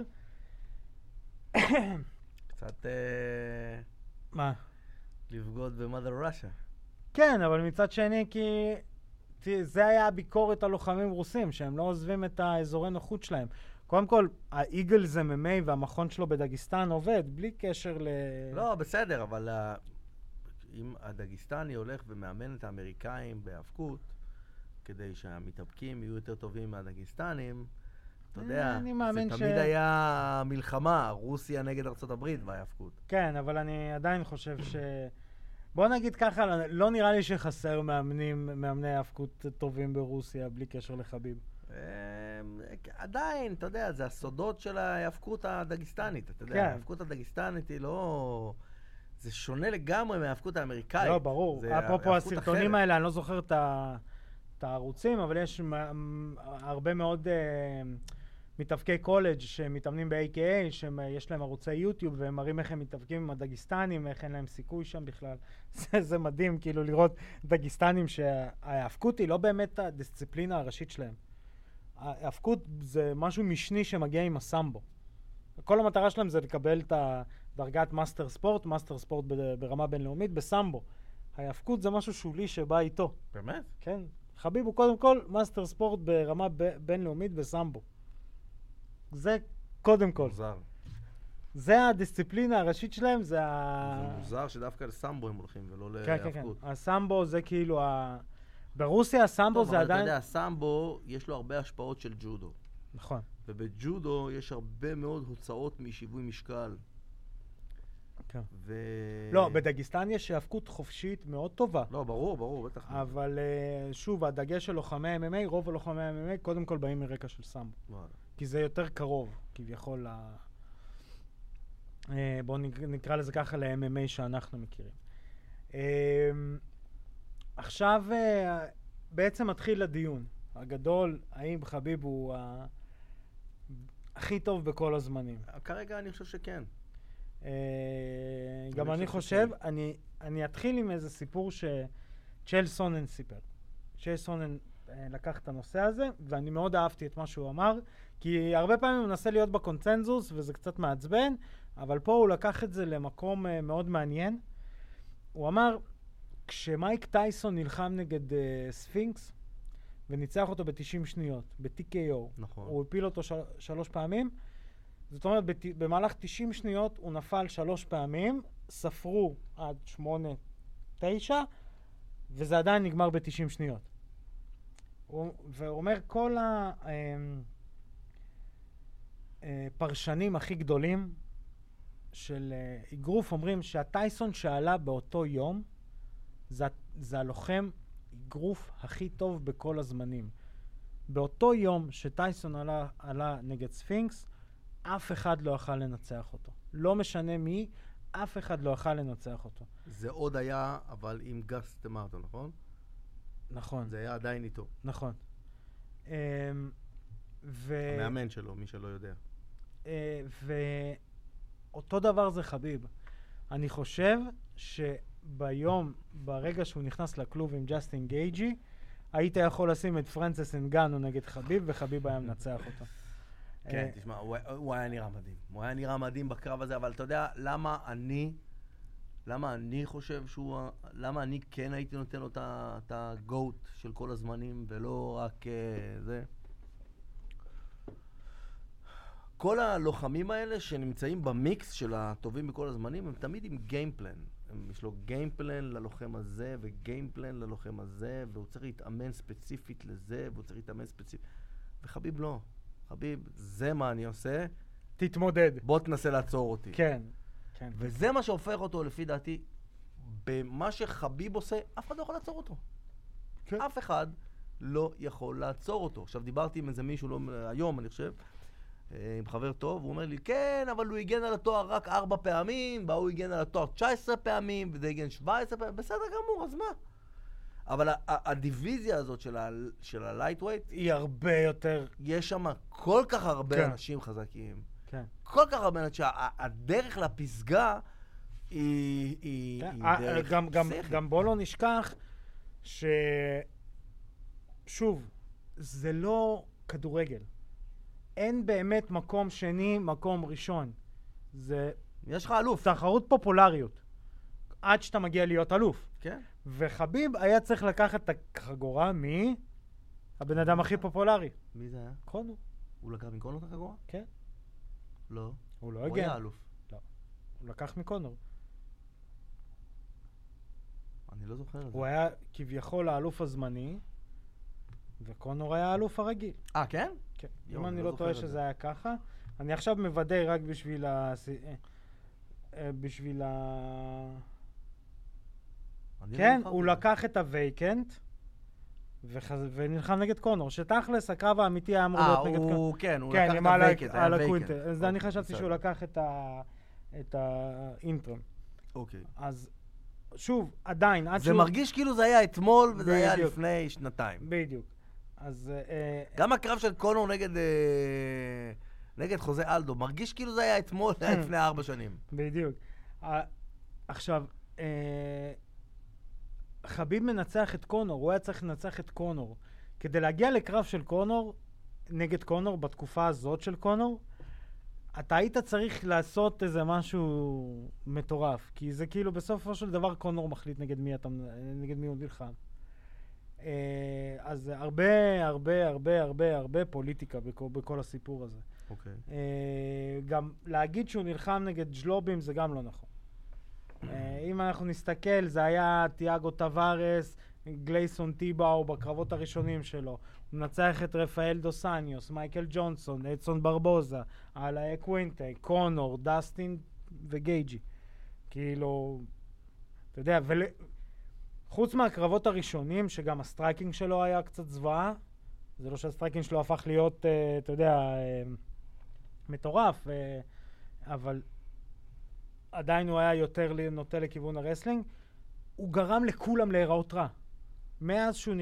קצת מה? לבגוד במאדר ראשה. כן, אבל מצד שני, כי זה היה הביקורת על לוחמים רוסים, שהם לא עוזבים את האזורי נוחות שלהם. קודם כל, האיגלס MMA והמכון שלו בדגיסטן עובד, בלי קשר לא, בסדר, אבל אם הדגיסטני הולך ומאמן את האמריקאים בהאבקות, כדי שהמתאבקים יהיו יותר טובים מהדגיסטנים, אתה יודע, זה תמיד היה מלחמה, רוסיה נגד ארצות הברית בהאבקות. כן, אבל אני עדיין חושב בוא נגיד ככה, לא נראה לי שחסר מאמני האבקות טובים ברוסיה, בלי קשר לחביב. עדיין, אתה יודע, זה הסודות של ההאבקות הדגיסטנית, אתה יודע, ההאבקות הדגיסטנית היא לא... זה שונה לגמרי מההאבקות האמריקאית. לא, ברור. אפרופו הסרטונים האלה, אני לא זוכר את הערוצים, אבל יש הרבה מאוד מתאבקי קולג' שמתאמנים ב-AKA, שיש להם ערוצי יוטיוב, והם מראים איך הם מתאבקים עם הדגיסטנים, איך אין להם סיכוי שם בכלל. זה מדהים, כאילו, לראות דגיסטנים שההאבקות היא לא באמת הדיסציפלינה הראשית שלהם. ההאבקות זה משהו משני שמגיע עם הסמבו. כל המטרה שלהם זה לקבל את דרגת מאסטר ספורט ברמה בינלאומית בסמבו. ההאבקות זה משהו שולי שבא איתו. באמת? כן. חביב הוא קודם כל מאסטר ספורט ברמה בינלאומית בסמבו. זה קודם כל. מוזר. זה הדיסציפלינה הראשית שלהם, זה מוזר שדווקא לסמבו הם הולכים ולא להאבקות. כן, כן. הסמבו זה כאילו ברוסיה הסמבו זה עדיין... אתה יודע, הסמבו יש לו הרבה השפעות של ג'ודו. נכון. ובג'ודו יש הרבה מאוד הוצאות משיווי משקל. כן. לא, בדגיסטן יש האבקות חופשית מאוד טובה. לא, ברור, בטח. אבל שוב, הדגש של לוחמי MMA, רוב הלוחמי MMA קודם כל באים מרקע של סמבו. כי זה יותר קרוב, כביכול, בואו נקרא לזה ככה ל-MMA שאנחנו מכירים. עכשיו בעצם מתחיל הדיון הגדול, האם חביב הוא הכי טוב בכל הזמנים. כרגע אני חושב שכן. גם אני חושב, אני אתחיל עם איזה סיפור שצ'ל סונן סיפר. צ'ל סונן לקח את הנושא הזה, ואני מאוד אהבתי את מה שהוא אמר, כי הרבה פעמים הוא מנסה להיות בקונצנזוס, וזה קצת מעצבן, אבל פה הוא לקח את זה למקום מאוד מעניין. הוא אמר, כשמייק טייסון נלחם נגד ספינקס, וניצח אותו ב-90 שניות, ב-TKO, נכון. הוא הפיל אותו 3 פעמים, זאת אומרת, במהלך 90 שניות הוא נפל 3 פעמים, ספרו עד 8, 9, וזה עדיין נגמר ב-90 שניות. והוא אומר, כל הפרשנים הכי גדולים של אגרוף אומרים שהטייסון שעלה באותו יום, זה הלוחם אגרוף הכי טוב בכל הזמנים. באותו יום שטייסון עלה נגד ספינקס, אף אחד לא יכל לנצח אותו. לא משנה מי, אף אחד לא יכל לנצח אותו. זה עוד היה, אבל עם גס דמרטו, נכון? נכון. זה היה עדיין איתו. נכון. המאמן שלו, מי שלא יודע. ואותו דבר זה חביב. אני חושב ברגע שהוא נכנס לכלוב עם ג'סטין גייג'י, היית יכול לשים את פרנסס אנגאנו נגד חביב, וחביב היה מנצח אותו. כן, תשמע, הוא היה נראה מדהים. הוא היה נראה מדהים בקרב הזה, אבל אתה יודע למה אני חושב למה אני כן הייתי נותן לו את הגוט של כל הזמנים, ולא רק זה? כל הלוחמים האלה שנמצאים במיקס של הטובים בכל הזמנים, הם תמיד עם גיימפלן. יש לו גיימפלן ללוחם הזה, וגיימפלן ללוחם הזה, והוא צריך להתאמן ספציפית לזה, והוא צריך להתאמן ספציפית. וחביב לא. חביב, זה מה אני עושה. תתמודד. בוא תנסה לעצור אותי. כן. כן. וזה מה שהופך אותו, לפי דעתי, במה שחביב עושה, אף אחד לא יכול לעצור אותו. כן. אף אחד לא יכול לעצור אותו. עכשיו, דיברתי עם איזה מישהו, היום, אני חושב, עם חבר טוב, הוא אומר לי, כן, אבל הוא הגן על התואר רק 4 פעמים, והוא הגן על התואר 19 פעמים, וזה הגן 17 פעמים, בסדר גמור, אז מה? אבל הדיוויזיה הזאת של הלייטווייט, היא הרבה יותר... יש שם כל כך הרבה אנשים חזקים. כן. כל כך הרבה אנשים, שהדרך לפסגה היא דרך שכל. גם בוא לא נשכח שוב, זה לא כדורגל. אין באמת מקום שני, מקום ראשון. זה... יש לך אלוף. תחרות פופולריות. עד שאתה מגיע להיות אלוף. כן. וחביב היה צריך לקחת את החגורה הבן אדם הכי פופולרי. מי זה היה? קונור. הוא לקח מקונור את החגורה? כן. לא. הוא לא הוא הגן. היה אלוף. לא. הוא לקח מקונור. אני לא זוכר את זה. הוא היה כביכול האלוף הזמני, וקונור היה האלוף הרגיל. כן? כן. יום, אם אני אני לא לא טועה זוכר את שזה זה. היה ככה. אני עכשיו מוודא רק בשביל אני לא כן, זוכר הוא את זה. לקח את הווייקנט, ונלחם נגד קונור, שתכלס הקרב האמיתי היה אמור להיות נגד קונור. כן, הוא כן, לקח עם את הווייקנט, היה על וייקנט. הקווינטר. אז אני אוקיי, חשבתי בסדר. שהוא לקח את האינטרם. אוקיי. אז שוב, עדיין, עד זה שהוא... מרגיש כאילו זה היה אתמול, וזה היה בדיוק. לפני שנתיים. בדיוק. אז... גם הקרב של קונור נגד חוזה אלדו, מרגיש כאילו זה היה אתמול, זה היה לפני 4 שנים. בדיוק. עכשיו, חביב מנצח את קונור, הוא היה צריך לנצח את קונור. כדי להגיע לקרב של קונור, נגד קונור, בתקופה הזאת של קונור, אתה היית צריך לעשות איזה משהו מטורף, כי זה כאילו בסופו של דבר קונור מחליט נגד מי הוא נלחם. אז הרבה פוליטיקה בכל הסיפור הזה. אוקיי. גם להגיד שהוא נלחם נגד ג'לובים זה גם לא נכון. אם אנחנו נסתכל, זה היה תיאגו טווארס, גלייסון טיבאו בקרבות הראשונים שלו. הוא מנצח את רפאל דוסניוס, מייקל ג'ונסון, אדסון ברבוזה, אליה קווינטה, קונור, דסטין וגייג'י. כאילו, אתה יודע, חוץ מהקרבות הראשונים, שגם הסטרייקינג שלו היה קצת זוועה, זה לא שהסטרייקינג שלו הפך להיות, אתה יודע, מטורף, אבל עדיין הוא היה יותר נוטה לכיוון הרסלינג. הוא גרם לכולם להיראות רע. מאז שהוא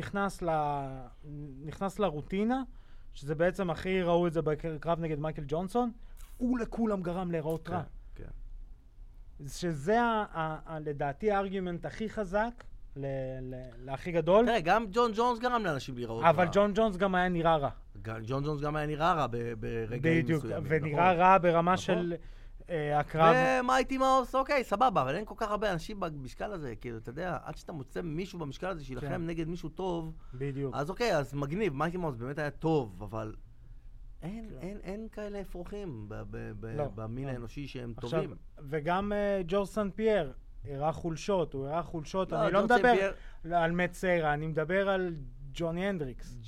נכנס לרוטינה, שזה בעצם הכי ראו את זה בקרב נגד מייקל ג'ונסון, הוא לכולם גרם להיראות רע. כן. שזה לדעתי הארגומנט הכי חזק, להכי גדול. תראה, גם ג'ון ג'ונס גרם לאנשים להיראות רע. אבל ג'ון ג'ונס גם היה נראה רע. ג'ון ג'ונס גם היה נראה רע ברגעים בדיוק, מסוימים. ונראה רע ברמה של הקרב. ומייטי מאוס, אוקיי, סבבה, אבל אין כל כך הרבה אנשים במשקל הזה, כאילו, אתה יודע, עד שאתה מוצא מישהו במשקל הזה שילחם נגד מישהו טוב, בדיוק. אז אוקיי, אז מגניב, מייטי מאוס באמת היה טוב, אבל אין כאלה אפרוחים במין האנושי שהם טובים. וגם ג'ו סן פייר הראה חולשות, הוא הראה חולשות, אני לא ג'ו סן מדבר פייר- על מאט סיירה, אני מדבר על ג'וני הנדריקס.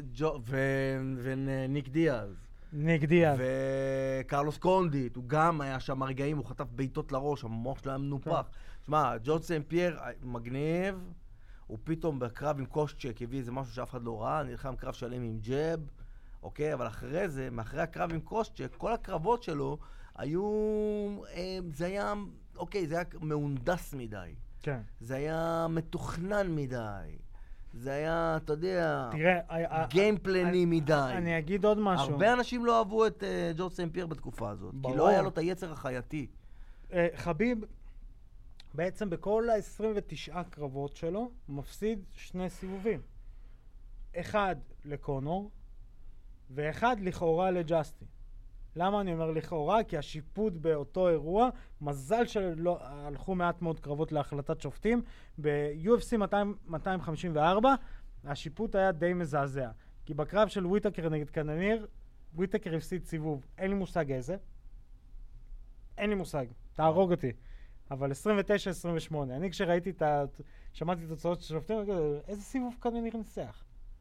וניק דיאז. נגדי אז. וקרלוס קונדיט, הוא גם היה שם רגעים, הוא חטף בעיטות לראש, המוח שלו היה מנופח. תשמע, ג'ו סן פייר מגניב, הוא פתאום בקרב עם קושצ'ק הביא איזה משהו שאף אחד לא ראה, נלחם קרב שלם עם ג'ב, אוקיי? אבל אחרי זה, מאחרי הקרב עם קושצ'ק, כל הקרבות שלו היו... זה היה... אוקיי, זה היה מהונדס מדי. כן. זה היה מתוכנן מדי. זה היה, אתה יודע, תראה, גיימפלני מדי. אני אגיד עוד משהו. הרבה אנשים לא אהבו את ג'ו סן פייר בתקופה הזאת. ברור. כי לא היה לו את היצר החייתי. חביב, בעצם בכל ה-29 קרבות שלו, מפסיד 2 סיבובים. אחד לקונור, ואחד לכאורה לג'סטין. למה אני אומר לכאורה? כי השיפוט באותו אירוע, מזל שלא הלכו מעט מאוד קרבות להחלטת שופטים. ב-UFC 254, השיפוט היה די מזעזע. כי בקרב של וויטקר נגד קנניר, וויטקר הפסיד סיבוב. אין לי מושג איזה. אין לי מושג. תהרוג אותי. אבל 29-28. אני כשראיתי שמעתי את התוצאות של שופטים, איזה סיבוב קנניר ניסח?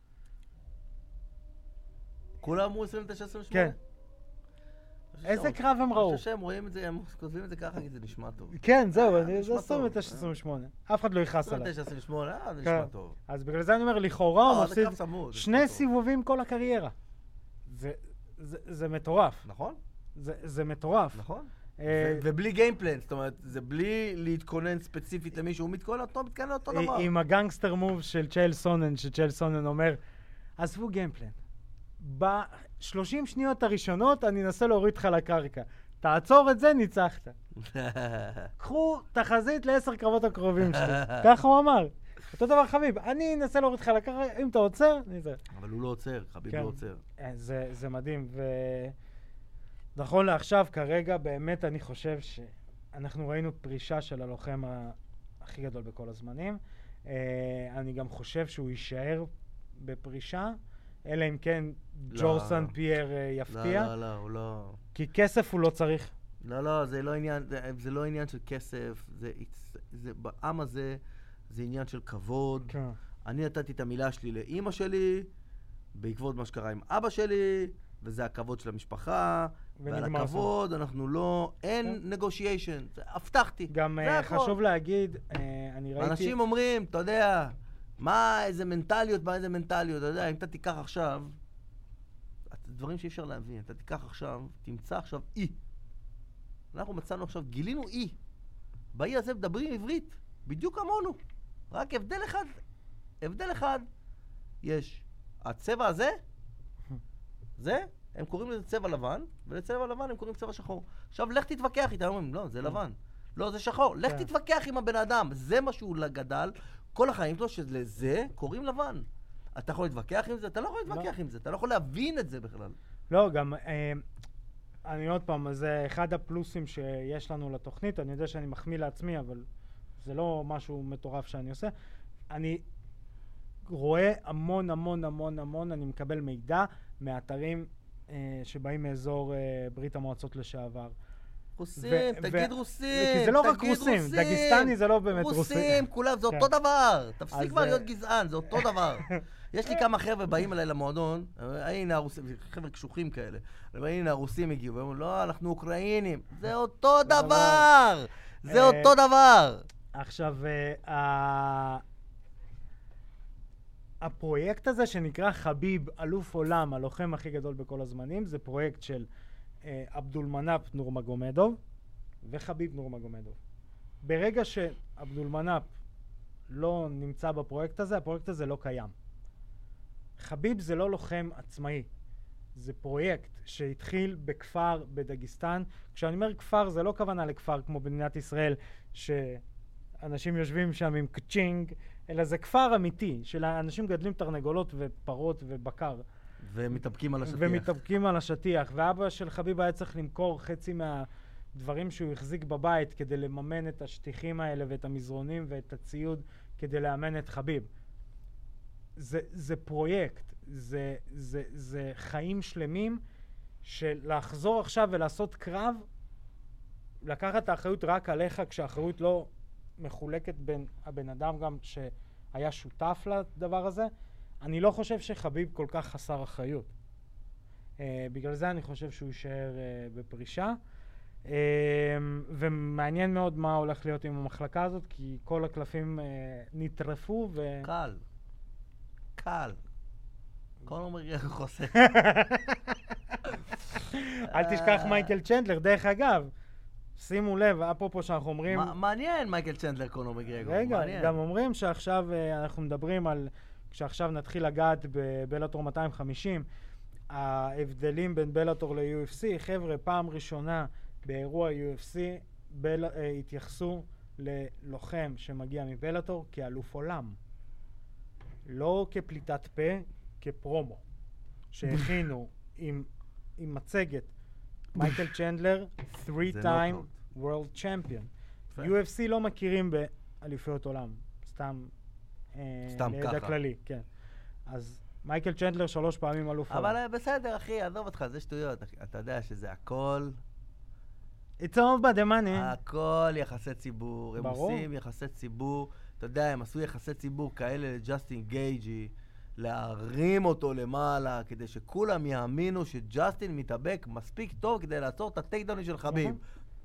כולם אמרו 29-28? כן. איזה קרב הם ראו? אני חושב שהם רואים את זה, הם כותבים את זה ככה, כי זה נשמע טוב. כן, זהו, נשמע זה טוב. 29-28. אף אחד לא יכעס עליו. 29-28, זה נשמע טוב. אז בגלל זה אני אומר, לכאורה הוא זה מפסיד קרב צמוד, זה 2 נשמע טוב. סיבובים כל הקריירה. זה מטורף. נכון? זה מטורף. נכון. ובלי גיימפלן, זאת אומרת, זה בלי להתכונן ספציפית למישהו, הוא מתכונן אותו דבר. עם הגנגסטר מוב של צ'ייל סונן, שצ'ייל סונן אומר, עזבו גיימפלן. ב-30 שניות הראשונות אני אנסה להוריד לך לקרקע. תעצור את זה, ניצחת. קחו תחזית ל10 קרבות הקרובים שלי. ככה הוא אמר. אותו דבר חביב, אני אנסה להוריד לך לקרקע, אם אתה עוצר, ניצח. אבל הוא לא עוצר, חביב לא עוצר. זה מדהים, נכון לעכשיו, כרגע, באמת אני חושב שאנחנו ראינו פרישה של הלוחם הכי גדול בכל הזמנים. אני גם חושב שהוא יישאר בפרישה, אלא אם כן ג'ורסן פייר יפתיע. לא, הוא לא... כי כסף הוא לא צריך. לא, זה לא עניין של כסף, בעם הזה זה עניין של כבוד. כן. אני נתתי את המילה שלי לאמא שלי, בעקבות מה שקרה עם אבא שלי, וזה הכבוד של המשפחה, ועל הכבוד אנחנו לא, אין negotiation, הבטחתי. גם חשוב להגיד, אני ראיתי... אנשים אומרים, אתה יודע, איזה מנטליות, אתה יודע, אם אתה תיקח עכשיו, דברים שאי אפשר להבין, אתה תיקח עכשיו, תמצא עכשיו אי. אנחנו מצאנו עכשיו, גילינו אי. באי הזה מדברים עברית, בדיוק כמונו. רק הבדל אחד, יש. הצבע הזה, הם קוראים לזה צבע לבן, ולצבע לבן הם קוראים צבע שחור. עכשיו, לך תתווכח איתם, אומרים, לא, זה לבן. לא, זה שחור. לך תתווכח עם הבן אדם. זה מה שהוא גדל. כל החיים שלו שלזה קוראים לבן. אתה יכול להתווכח עם זה? אתה לא יכול להתווכח עם זה. אתה לא יכול להבין את זה בכלל. לא, גם... אני עוד פעם, זה אחד הפלוסים שיש לנו לתוכנית. אני יודע שאני מחמיא לעצמי, אבל זה לא משהו מטורף שאני עושה. אני רואה המון, אני מקבל מידע מאתרים שבאים מאזור ברית המועצות לשעבר. רוסים, תגיד רוסים. כי זה לא רק רוסים, דגיסטני זה לא באמת רוסים. רוסים, כולם, זה אותו דבר. תפסיק כבר להיות גזען, זה אותו דבר. יש לי כמה חבר'ה באים אליי למועדון, הנה הרוסים, חבר'ה קשוחים כאלה, הנה הרוסים הגיעו, ואומרים, לא, אנחנו אוקראינים. זה אותו דבר! זה אותו דבר! עכשיו, הפרויקט הזה שנקרא חביב, אלוף עולם, הלוחם הכי גדול בכל הזמנים, זה פרויקט של עבדולמנאפ נורמגומדוב וחביב נורמגומדוב. ברגע שעבדולמנאפ לא נמצא בפרויקט הזה, הפרויקט הזה לא קיים. חביב זה לא לוחם עצמאי, זה פרויקט שהתחיל בכפר בדגיסטן. כשאני אומר כפר, זה לא כוונה לכפר כמו במדינת ישראל, שאנשים יושבים שם עם קצ'ינג, אלא זה כפר אמיתי, של אנשים גדלים תרנגולות ופרות ובקר. ומתאבקים על השטיח. ואבא של חביב היה צריך למכור חצי מהדברים שהוא החזיק בבית כדי לממן את השטיחים האלה ואת המזרונים ואת הציוד כדי לאמן את חביב. זה פרויקט, זה חיים שלמים של לחזור עכשיו ולעשות קרב, לקחת את האחריות רק עליך, כשהאחריות לא מחולקת בין הבן אדם גם שהיה שותף לדבר הזה. אני לא חושב שחביב כל כך חסר אחריות. בגלל זה אני חושב שהוא יישאר בפרישה. ומעניין מאוד מה הולך להיות עם המחלקה הזאת, כי כל הקלפים נטרפו קל. כל אומר חוסר. אל תשכח מייקל צ'נדלר, דרך אגב. שימו לב, אפרופו שאנחנו אומרים... מעניין מייקל צ'נדלר קונור מגרגור. רגע, גם אומרים שעכשיו אנחנו מדברים על... כשעכשיו נתחיל לגעת בבלאטור 250, ההבדלים בין בלאטור ל-UFC, חבר'ה, פעם ראשונה באירוע UFC, התייחסו ללוחם שמגיע מבלאטור כאלוף עולם. לא כפליטת פה, כפרומו. שהכינו עם מצגת. מייקל צ'נדלר, 3-time World Champion. UFC לא מכירים באליפויות עולם. סתם לידע כללי, כן. אז מייקל צ'נדלר 3 פעמים אלוף עולם. אבל בסדר, אחי, עזוב אותך, זה שטויות. אתה יודע שזה הכל... It's all by the money. הכל יחסי ציבור. הם עושים יחסי ציבור. אתה יודע, הם עשו יחסי ציבור כאלה לג'סטין גייג'י, להרים אותו למעלה, כדי שכולם יאמינו שג'סטין מתאבק מספיק טוב כדי לעצור את הטייקדאונים של חביב.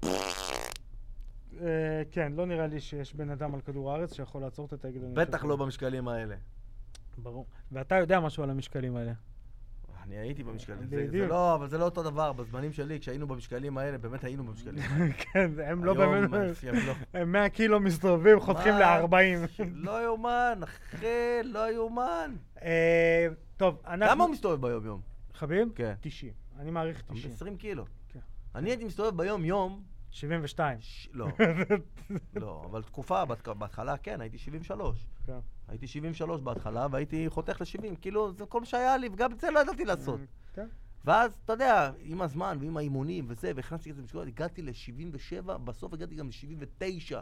כן, לא נראה לי שיש בן אדם על כדור הארץ שיכול לעצור את הטייקדאונים. בטח לא במשקלים האלה. ברור. ואתה יודע משהו על המשקלים האלה. אני הייתי במשקלים. זה לא, אבל זה לא אותו דבר. בזמנים שלי, כשהיינו במשקלים האלה, באמת היינו במשקלים האלה. כן, הם לא באמת... הם 100 קילו מסתובבים, חותכים ל-40. לא יומן, אחי, לא יומן. טוב, אנחנו... כמה הוא מסתובב ביום-יום? חביב? כן. 90. אני מעריך 90. 20 קילו. כן. אני הייתי מסתובב ביום-יום... 72. לא. לא, אבל תקופה, בהתחלה כן, הייתי 73. כן. הייתי 73 בהתחלה, והייתי חותך ל-70. כאילו, זה כל מה שהיה לי, וגם את זה לא ידעתי לעשות. כן. ואז, אתה יודע, עם הזמן ועם האימונים וזה, והכנסתי את זה משקולות, הגעתי ל-77, בסוף הגעתי גם ל-79.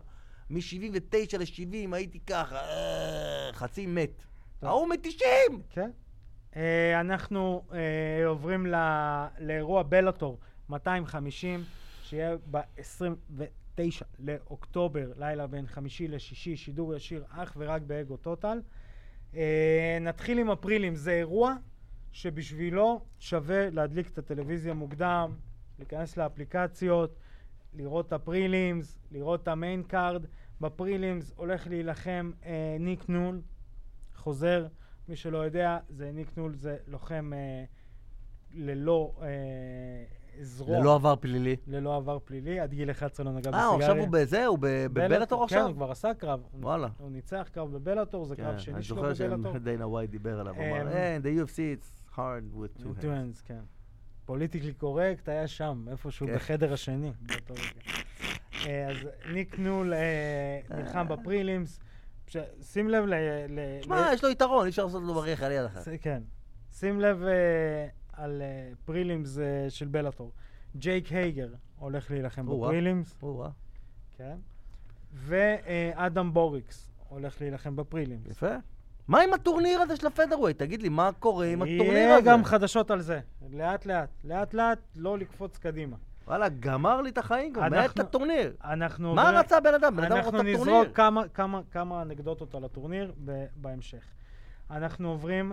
מ-79 ל-70 הייתי ככה, חצי מת. טוב. ההוא מ-90! כן. אנחנו עוברים לאירוע בלאטור 250, שיהיה ב-29 לאוקטובר, לילה בין חמישי לשישי, שידור ישיר אך ורק באגו טוטל. נתחיל עם הפרילים. זה אירוע שבשבילו שווה להדליק את הטלוויזיה מוקדם, להיכנס לאפליקציות, לראות את הפרילימס, לראות את המיין קארד. בפרילימס הולך להילחם ניק נול, חוזר. מי שלא יודע, זה ניק נול, זה לוחם ללא זרוע. ללא עבר פלילי. ללא עבר פלילי, עד גיל 11 לא נגע בסיגריה. עכשיו הוא בזה? הוא בבלאטור עכשיו? כן, הוא כבר עשה קרב. וואלה. הוא ניצח קרב בבלאטור, זה קרב שני שלו בבלאטור. אני זוכר שדיינה ווייט דיבר עליו, אמר, the UFC it's hard with two hands. כן. פוליטיקלי קורקט היה שם, איפשהו בחדר השני. אז ניק נול נלחם בפרילימס. שים לב שמע, יש לו יתרון, אי אפשר לעשות לו בריח על יד אחת. כן. שים לב על פרילימס של בלאטור. ג'ייק הייגר הולך להילחם בפרילימס. כן. ואדם בוריקס הולך להילחם בפרילימס. יפה. מה עם הטורניר הזה של הפדרווייט? תגיד לי, מה קורה עם הטורניר הזה? יהיה גם חדשות על זה. לאט לאט. לאט לאט לא לקפוץ קדימה. וואלה, גמר לי את החיים גם. מעט את הטורניר. מה רצה בן אדם? בן אדם רוצה טורניר. אנחנו נזרוק כמה אנקדוטות על הטורניר בהמשך. אנחנו עוברים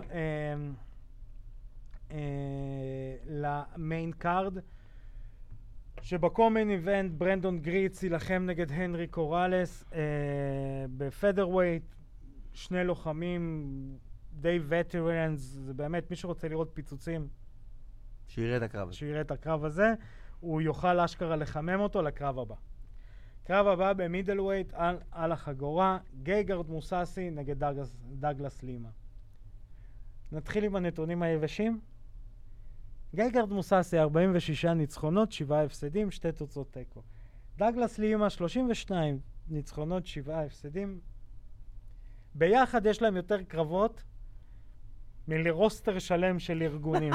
למיין קארד, שבקומיין איבנט ברנדון גריץ יילחם נגד הנרי קוראלס בפדרווייט. שני לוחמים די וטרנס, זה באמת מי שרוצה לראות פיצוצים שיראה את הקרב הזה. שיראה את הקרב הזה, הוא יוכל אשכרה לחמם אותו לקרב הבא. קרב הבא במידל ווייט על החגורה, גייגרד מוססי נגד דאגלס לימה. נתחיל עם הנתונים היבשים. גייגרד מוססי 46 ניצחונות, 7 הפסדים, 2 תוצאות תיקו. דאגלס לימה 32 ניצחונות, 7 הפסדים. ביחד יש להם יותר קרבות מלרוסטר שלם של ארגונים.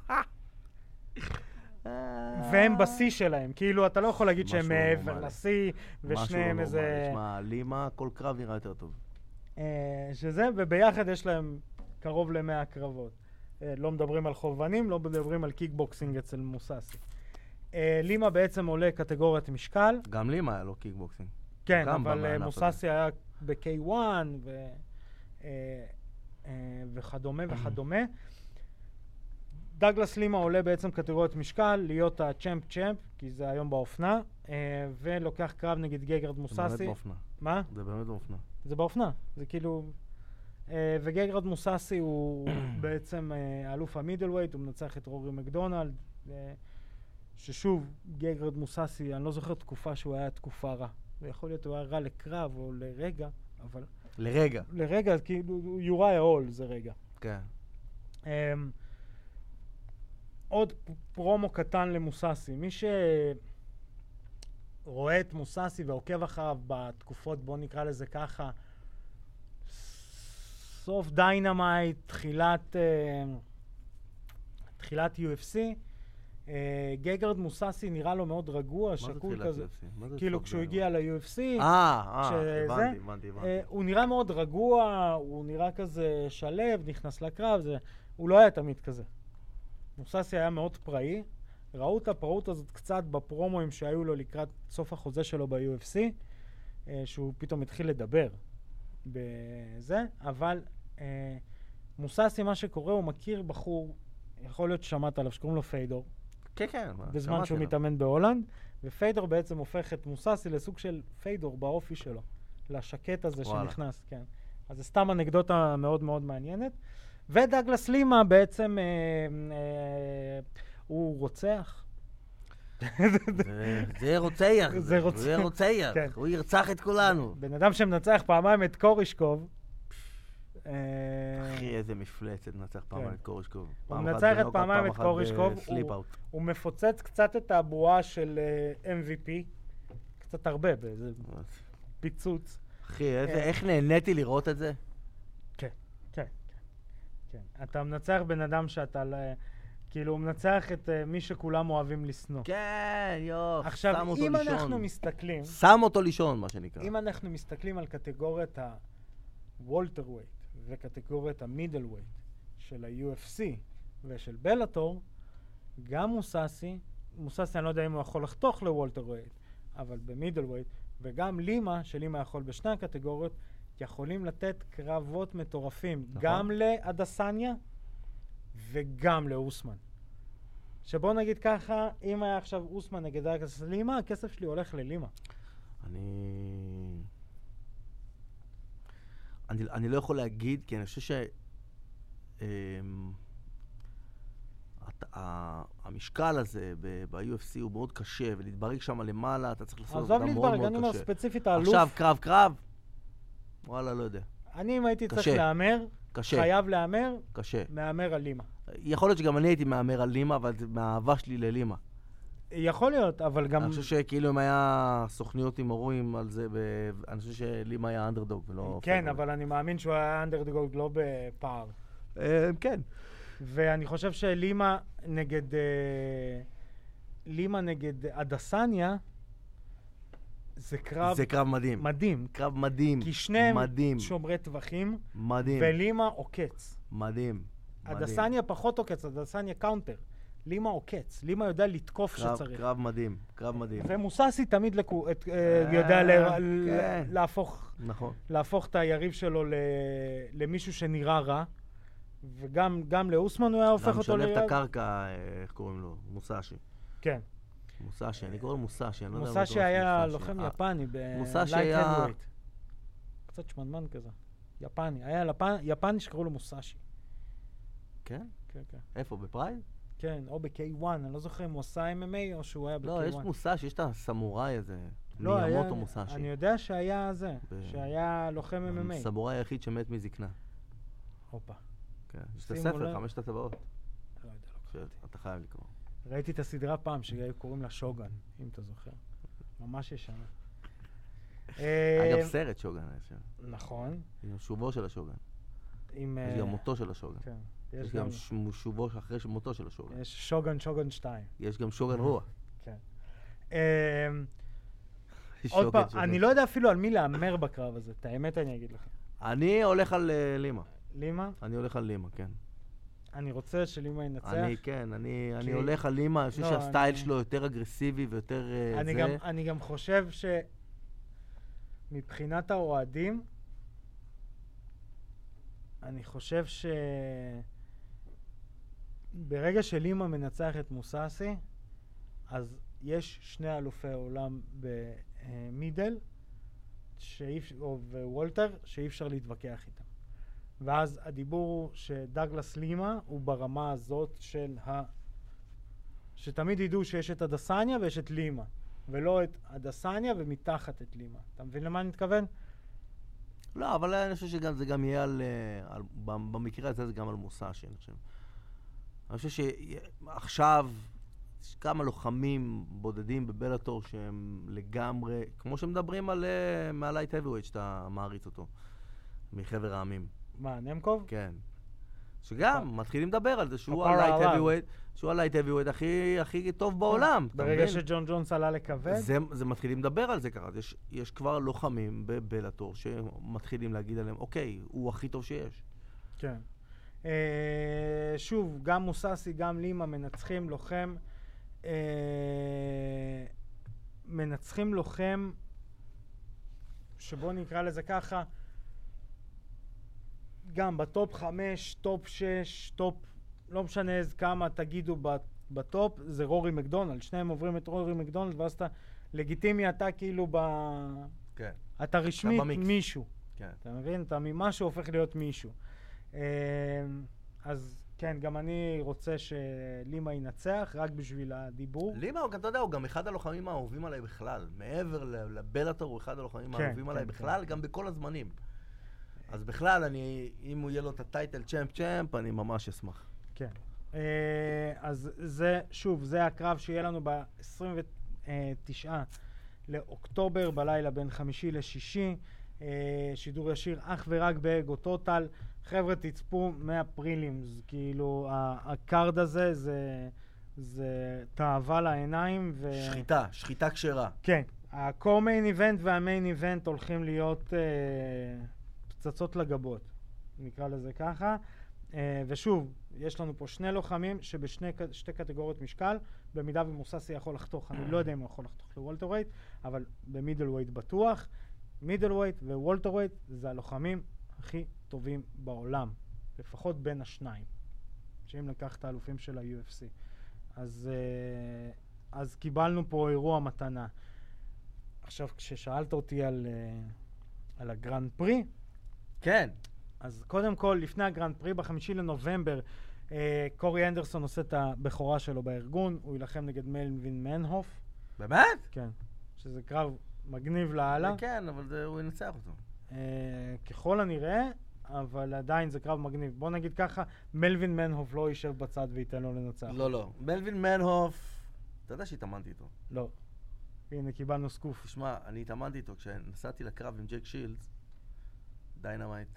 והם בשיא שלהם. כאילו, אתה לא יכול להגיד שהם מעבר לשיא, ושניהם איזה... משמע, לימה, כל קרב נראה יותר טוב. שזה, וביחד יש להם קרוב ל100 קרבות. לא מדברים על חובנים, לא מדברים על קיקבוקסינג אצל מוססי. לימה בעצם עולה קטגוריית משקל. גם לימה היה לו קיקבוקסינג. כן, אבל מוססי היה ב-K1 וכדומה וכדומה. דאגלס לימה עולה בעצם קטגוריית משקל, להיות הצ'מפ, כי זה היום באופנה, ולוקח קרב נגד גייגרד מוססי. זה באמת באופנה. מה? זה באמת באופנה. זה באופנה, זה כאילו... וגייגרד מוססי הוא בעצם אלוף המידלווייט, הוא מנצח את רורי מקדונלד, ששוב, גייגרד מוססי, אני לא זוכר תקופה שהוא היה תקופה רע. ויכול להיות הוא היה רע לקרב או לרגע, אבל... לרגע. לרגע, כאילו, יוראי האול זה רגע. כן. עוד פרומו קטן למוססי. מי שרואה את מוססי ועוקב אחריו בתקופות, בוא נקרא לזה ככה, סוף דיינמייט, תחילת UFC, גייגרד מוססי נראה לו מאוד רגוע, שקול כזה. כאילו כשהוא הגיע ל-UFC, הבנתי. הוא נראה מאוד רגוע, הוא נראה כזה שלב, נכנס לקרב, הוא לא היה תמיד כזה. מוססי היה מאוד פראי, ראו את הפראות הזאת קצת בפרומואים שהיו לו לקראת סוף החוזה שלו ב-UFC, שהוא פתאום התחיל לדבר בזה, אבל מוססי מה שקורה, הוא מכיר בחור, יכול להיות ששמעת עליו, שקוראים לו פיידור. כן. בזמן שהוא מתאמן בהולנד, ופיידור בעצם הופך את מוססי לסוג של פיידור באופי שלו, לשקט הזה שנכנס, כן. אז זה סתם אנקדוטה מאוד מאוד מעניינת. ודאגלס לימה בעצם הוא רוצח. זה רוצח. הוא ירצח את כולנו. בן אדם שמנצח פעמיים את קורישקוב. אחי, איזה מפלצת נצח פעמיים את קורישקוב. הוא מנצח את פעמיים את קורישקוב. הוא מפוצץ קצת את הבועה של MVP. קצת הרבה, באיזה פיצוץ. אחי, איך נהניתי לראות את זה? כן. אתה מנצח בן אדם שאתה כאילו, הוא מנצח את מי שכולם אוהבים לשנוא. כן, יופ, עכשיו, שם אותו אם לישון. אנחנו מסתכלים, שם אותו לישון, מה שנקרא. אם אנחנו מסתכלים על קטגוריית הוולטר ווייט וקטגוריית המידל ווייט של ה-UFC ושל בלאטור, גם מוססי אני לא יודע אם הוא יכול לחתוך לוולטר ווייט, אבל במידל ווייט, וגם לימה, שלימה יכול בשני הקטגוריות, יכולים לתת קרבות מטורפים, נכון. גם לאדסניה וגם לאוסמן. שבוא נגיד ככה, אם היה עכשיו אוסמן נגד לימה, הכסף שלי הולך ללימה. אני לא יכול להגיד, כי אני חושב המשקל הזה ב-UFC הוא מאוד קשה, ולהתברג שם למעלה, אתה צריך לעשות עבודה מאוד מאוד קשה. עזוב להתברג, אני אומר ספציפית האלוף. עכשיו, קרב, וואלה, לא יודע. אני אם הייתי צריך להאמר, חייב להאמר, מהאמר על לימה. יכול להיות שגם אני הייתי מהאמר על לימה, אבל מהאהבה שלי ללימה. יכול להיות, אבל גם... אני חושב שכאילו אם היה סוכניות עם הרואים על זה, אני חושב שלימה היה אנדרדוג ולא... כן, אבל אני מאמין שהוא היה אנדרדוג לא בפער. כן. ואני חושב שלימה נגד אדסניה, זה קרב מדהים. מדהים. קרב מדהים. כי שניהם שומרי טווחים. מדהים. ולימה עוקץ. מדהים. אדסניה פחות עוקץ, אדסניה קאונטר. לימה עוקץ. לימה יודע לתקוף שצריך. קרב מדהים. קרב מדהים. ומוססי תמיד יודע להפוך את היריב שלו למישהו שנראה רע. וגם לאוסמן הוא היה הופך אותו גם שלב את הקרקע, איך קוראים לו? מוסאשי. כן. מוסאשי, אני קורא לו מוסאשי. מוסאשי היה לוחם יפני בלייט הנדווייט. קצת שמנמן כזה. יפני. היה יפני שקראו לו מוסאשי. כן? כן, כן. איפה? בפרייד? כן, או ב-K1. אני לא זוכר אם הוא עשה MMA או שהוא היה ב-K1. לא, יש מוסאשי, יש את הסמוראי הזה. לא, מיאמוטו מוסאשי. אני יודע שהיה זה, שהיה לוחם MMA. הסמוראי היחיד שמת מזקנה. הופה. כן, יש את הספר, 5 הטבעות. לא יודע, לא. אתה חייב לקרוא. ראיתי את הסדרה פעם, שהיו קוראים לה שוגן, אם אתה זוכר. ממש ישנה. אגב, סרט שוגן. נכון. עם שובו של השוגן. יש גם מותו של השוגן. כן. יש גם שובו אחרי מותו של השוגן. יש שוגן 2. יש גם שוגן רוע. כן. עוד פעם, אני לא יודע אפילו על מי לאמר בקרב הזה. את האמת אני אגיד לך. אני הולך על לימה. לימה? אני הולך על לימה, כן. אני רוצה שלימה ינצח. אני הולך על לימה, אני חושב שהסטייל שלו יותר אגרסיבי ויותר זה. אני גם חושב שמבחינת האוהדים, אני חושב שברגע שלימה מנצח את מוססי, אז יש 2 אלופי עולם במידל, ווולטר, שאי אפשר להתווכח איתם. ואז הדיבור הוא שדגלס לימה הוא ברמה הזאת של שתמיד ידעו שיש את אדסניה ויש את לימה, ולא את אדסניה ומתחת את לימה. אתה מבין למה אני מתכוון? לא, אבל אני חושב שגם זה גם יהיה במקרה הזה זה גם על מוסאשי, אני חושב. אני חושב שעכשיו יש כמה לוחמים בודדים בבלאטור שהם לגמרי, כמו שמדברים על מהלייט האביווייט שאתה מעריץ אותו, מחבר העמים. מה, נמקוב? כן. שגם מתחילים לדבר על זה שהוא הלייט האביווייט הכי טוב בעולם. ברגע שג'ון ג'ונס עלה לכבד? זה מתחילים לדבר על זה ככה. יש כבר לוחמים בבלאטור שמתחילים להגיד עליהם, אוקיי, הוא הכי טוב שיש. כן. שוב, גם מוססי, גם לימה מנצחים לוחם שבוא נקרא לזה ככה, גם בטופ 5, טופ 6, לא משנה איזה כמה תגידו בטופ, זה רורי מקדונלד. שניהם עוברים את רורי מקדונלד, ואז אתה לגיטימי, אתה כאילו כן. אתה רשמית מישהו. כן. אתה מבין? אתה ממשהו הופך להיות מישהו. אז כן, גם אני רוצה שלימה ינצח, רק בשביל הדיבור. לימה, אתה יודע, הוא גם אחד הלוחמים האהובים עליי בכלל. מעבר לבלאטור, הוא אחד הלוחמים האהובים עליי בכלל, גם בכל הזמנים. אז בכלל, אם הוא יהיה לו את הטייטל צ'אמפ, אני ממש אשמח. כן. אז זה, שוב, זה הקרב שיהיה לנו ב-29 לאוקטובר, בלילה בין 5 ל-6. שידור ישיר אך ורק באגו טוטל. חבר'ה, תצפו מהפרילימס, כאילו, הקארד הזה זה תאווה לעיניים. שחיטה כשרה. כן, הקו-מיין איבנט והמיין איבנט הולכים להיות פצצות לגבות, נקרא לזה ככה. ושוב, יש לנו פה שני לוחמים שבשתי קטגוריות משקל, במידה ומוססי יכול לחתוך, אני לא יודע אם הוא יכול לחתוך לוולטרווייט, אבל במידלווייט בטוח. מידלווייט ווולטרווייט זה הלוחמים הכי טובים בעולם, לפחות בין השניים, שאם לקח את האלופים של ה-UFC. אז קיבלנו פה אירוע מתנה. עכשיו, כששאלת אותי על הגרנד פרי, כן. אז קודם כל, לפני הגרנד פרי, ב5 לנובמבר, קורי אנדרסון עושה את הבכורה שלו בארגון, הוא ילחם נגד מלווין מנהוף. באמת? כן. שזה קרב מגניב לעלה. כן, אבל הוא ינצח אותו. ככל הנראה, אבל עדיין זה קרב מגניב. בוא נגיד ככה, מלווין מנהוף לא יישב בצד וייתן לו לנצח. לא. מלווין מנהוף, אתה יודע שהתאמנתי איתו. לא. הנה, קיבלנו סקוף. תשמע, אני התאמנתי איתו כשנסעתי לקרב עם ג'ק שילדס, דיינמייט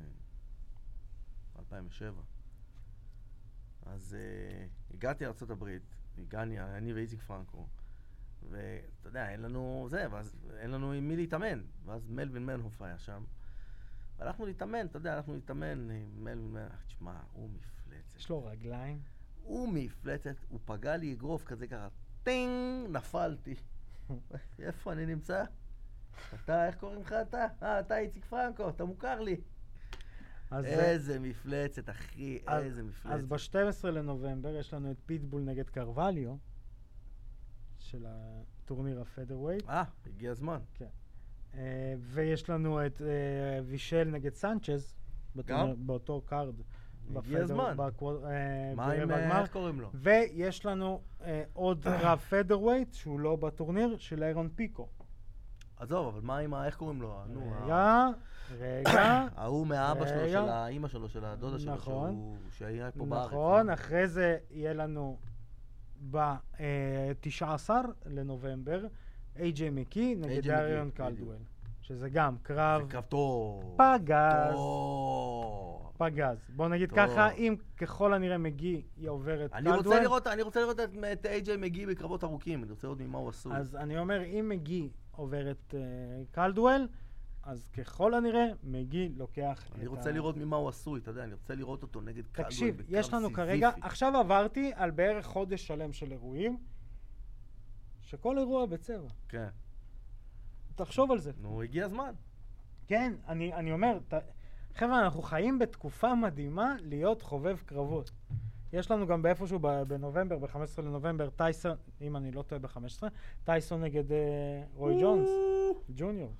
2007. אז הגעתי לארצות הברית, אני ואיזיק פרנקו, ואתה יודע, אין לנו עם מי להתאמן. ואז מלווין מנהוף היה שם. והלכנו להתאמן, אתה יודע, מלווין מנהוף, תשמע, הוא מפלצת. יש לו רגליים? הוא מפלצת, הוא פגע לי אגרוף כזה ככה, טינג, נפלתי. איפה אני נמצא? אתה, איך קוראים לך אתה? אתה איציק פרנקו, אתה מוכר לי. איזה מפלצת, אחי, איזה מפלצת. אז ב-12 לנובמבר יש לנו את פיטבול נגד קרווליו, של הטורניר הפדרווייט. הגיע הזמן. כן. ויש לנו את וישל נגד סנצ'ז, באותו קארד. הגיע הזמן. מה עם, איך קוראים לו? ויש לנו עוד קרב פדרווייט, שהוא לא בטורניר, של אירון פיקו. עזוב, אבל מה עם איך קוראים לו? רגע. ההוא מהאבא שלו, של האמא שלו, של הדודה שלו, שהיה פה בארץ. נכון, אחרי זה יהיה לנו ב-19 לנובמבר, איי-ג'יי מקי נגד דריון קלדוול. שזה גם קרב... זה קרב טוב. פגז. בוא נגיד ככה, אם ככל הנראה מגי היא עוברת קלדוול... אני רוצה לראות את איי-ג'יי מגי בקרבות ארוכים, אני רוצה לראות ממה הוא עשוי. אז אני אומר, אם מגי עוברת קלדוול, אז ככל הנראה מגי לוקח את אני רוצה לראות ממה הוא עשוי, אתה יודע, אני רוצה לראות אותו נגד קלדוול בקרב סיזיפי. תקשיב, יש לנו כרגע, עכשיו עברתי על בערך חודש שלם של אירועים, שכל אירוע בצבע. כן. תחשוב על זה. נו, הגיע הזמן. כן, אני אומר, חבר'ה, אנחנו חיים בתקופה מדהימה להיות חובב קרבות. יש לנו גם באיפשהו בנובמבר, ב-15 לנובמבר, טייסון, אם אני לא טועה ב-15, טייסון נגד רוי ג'ונס, ג'וניור.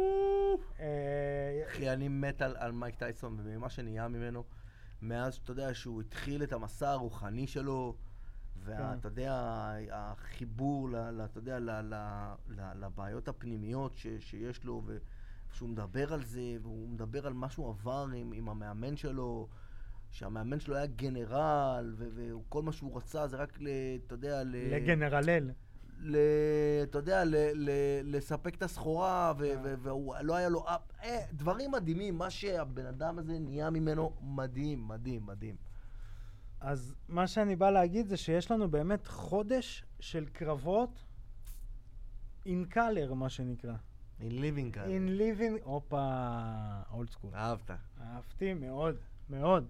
אחי, אני מת על מייק טייסון, וממה שנהיה ממנו, מאז שאתה יודע שהוא התחיל את המסע הרוחני שלו, ואתה יודע, החיבור, אתה יודע, לבעיות הפנימיות שיש לו, ושהוא מדבר על זה, והוא מדבר על מה שהוא עבר עם המאמן שלו, שהמאמן שלו היה גנרל, וכל מה שהוא רצה זה רק, אתה יודע, לגנרלל. אתה יודע, לספק את הסחורה, ולא היה לו... דברים מדהימים, מה שהבן אדם הזה נהיה ממנו מדהים, מדהים, מדהים. אז מה שאני בא להגיד זה שיש לנו באמת חודש של קרבות in color, מה שנקרא. in living color. in living, אופה, old school. אהבת. אהבתי מאוד, מאוד.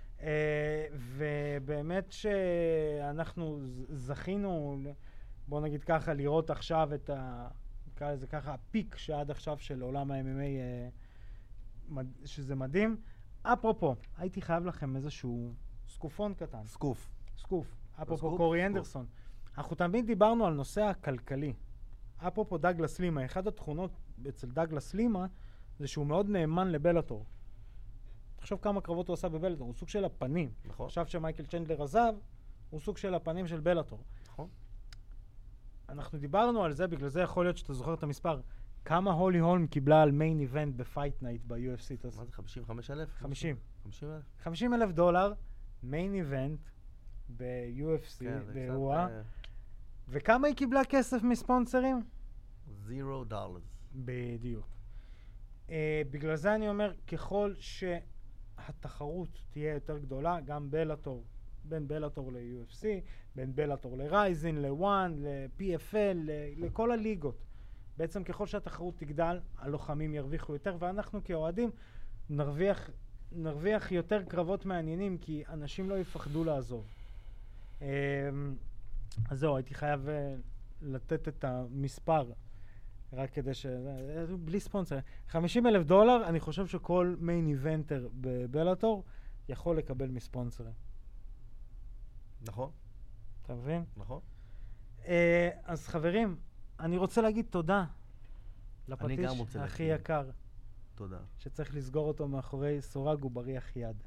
ובאמת שאנחנו זכינו, בוא נגיד ככה, לראות עכשיו את נקרא לזה ככה, הפיק שעד עכשיו של עולם ה-MMA, שזה מדהים. אפרופו, הייתי חייב לכם איזשהו סקופון קטן. סקוף. אפרופו קורי אנדרסון. אנחנו תמיד דיברנו על נושא הכלכלי. אפרופו דאגלס לימה, אחד התכונות אצל דאגלס לימה זה שהוא מאוד נאמן לבלאטור. תחשוב כמה קרבות הוא עשה בבלאטור, הוא סוג של הפנים. נכון. עכשיו שמייקל צ'נדלר עזב, הוא סוג של הפנים של בלאטור. נכון. אנחנו דיברנו על זה, בגלל זה יכול להיות שאתה זוכר את המספר. כמה הולי הולם קיבלה על מיין איבנט בפייט נייט ב-UFC? מה זה, 55,000? 50. 50,000? 50,000 דולר, מיין איבנט ב-UFC, באירוע. וכמה היא קיבלה כסף מספונסרים? $0. בדיוק. בגלל זה אני אומר, ככל שהתחרות תהיה יותר גדולה, גם בלאטור, בין בלאטור ל-UFC, בין בלאטור לרייזין, לוואן, ל-PFL, לכל הליגות. בעצם ככל שהתחרות תגדל, הלוחמים ירוויחו יותר, ואנחנו כאוהדים נרוויח יותר קרבות מעניינים, כי אנשים לא יפחדו לעזוב. אז זהו, הייתי חייב לתת את המספר, רק כדי בלי ספונסר. $50,000, אני חושב שכל מיין איבנטר בבלאטור יכול לקבל מספונסרים. נכון. אתה מבין? נכון. אז חברים, אני רוצה להגיד תודה לפטיש הכי יקר. תודה. שצריך לסגור אותו מאחורי סורג ובריח יד.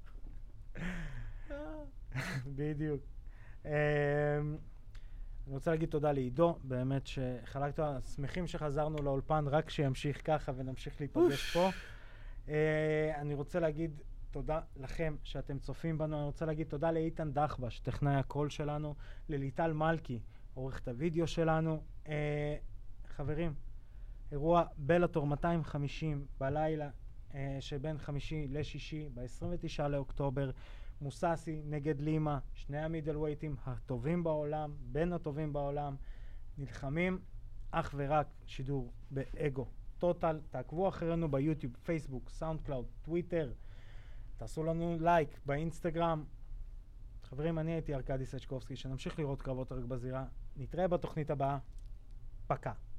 בדיוק. אני רוצה להגיד תודה לעידו, באמת שחלקת, שמחים שחזרנו לאולפן, רק שימשיך ככה ונמשיך להיפגש פה. אני רוצה להגיד תודה לכם שאתם צופים בנו, אני רוצה להגיד תודה לאיתן דחבש, טכנאי הקול שלנו, לליטל מלכי, עורכת הוידאו שלנו. חברים, אירוע בלאטור 250 בלילה, שבין חמישי לשישי, ב-29 לאוקטובר, מוססי נגד לימה, שני המידל ווייטים הטובים בעולם, בין הטובים בעולם, נלחמים אך ורק שידור באגו טוטל. תעקבו אחרינו ביוטיוב, פייסבוק, סאונד קלאוד, טוויטר, תעשו לנו לייק באינסטגרם. חברים, אני הייתי ארקדי סצ'קובסקי, שנמשיך לראות קרבות רק בזירה. נתראה בתוכנית הבאה. פקה.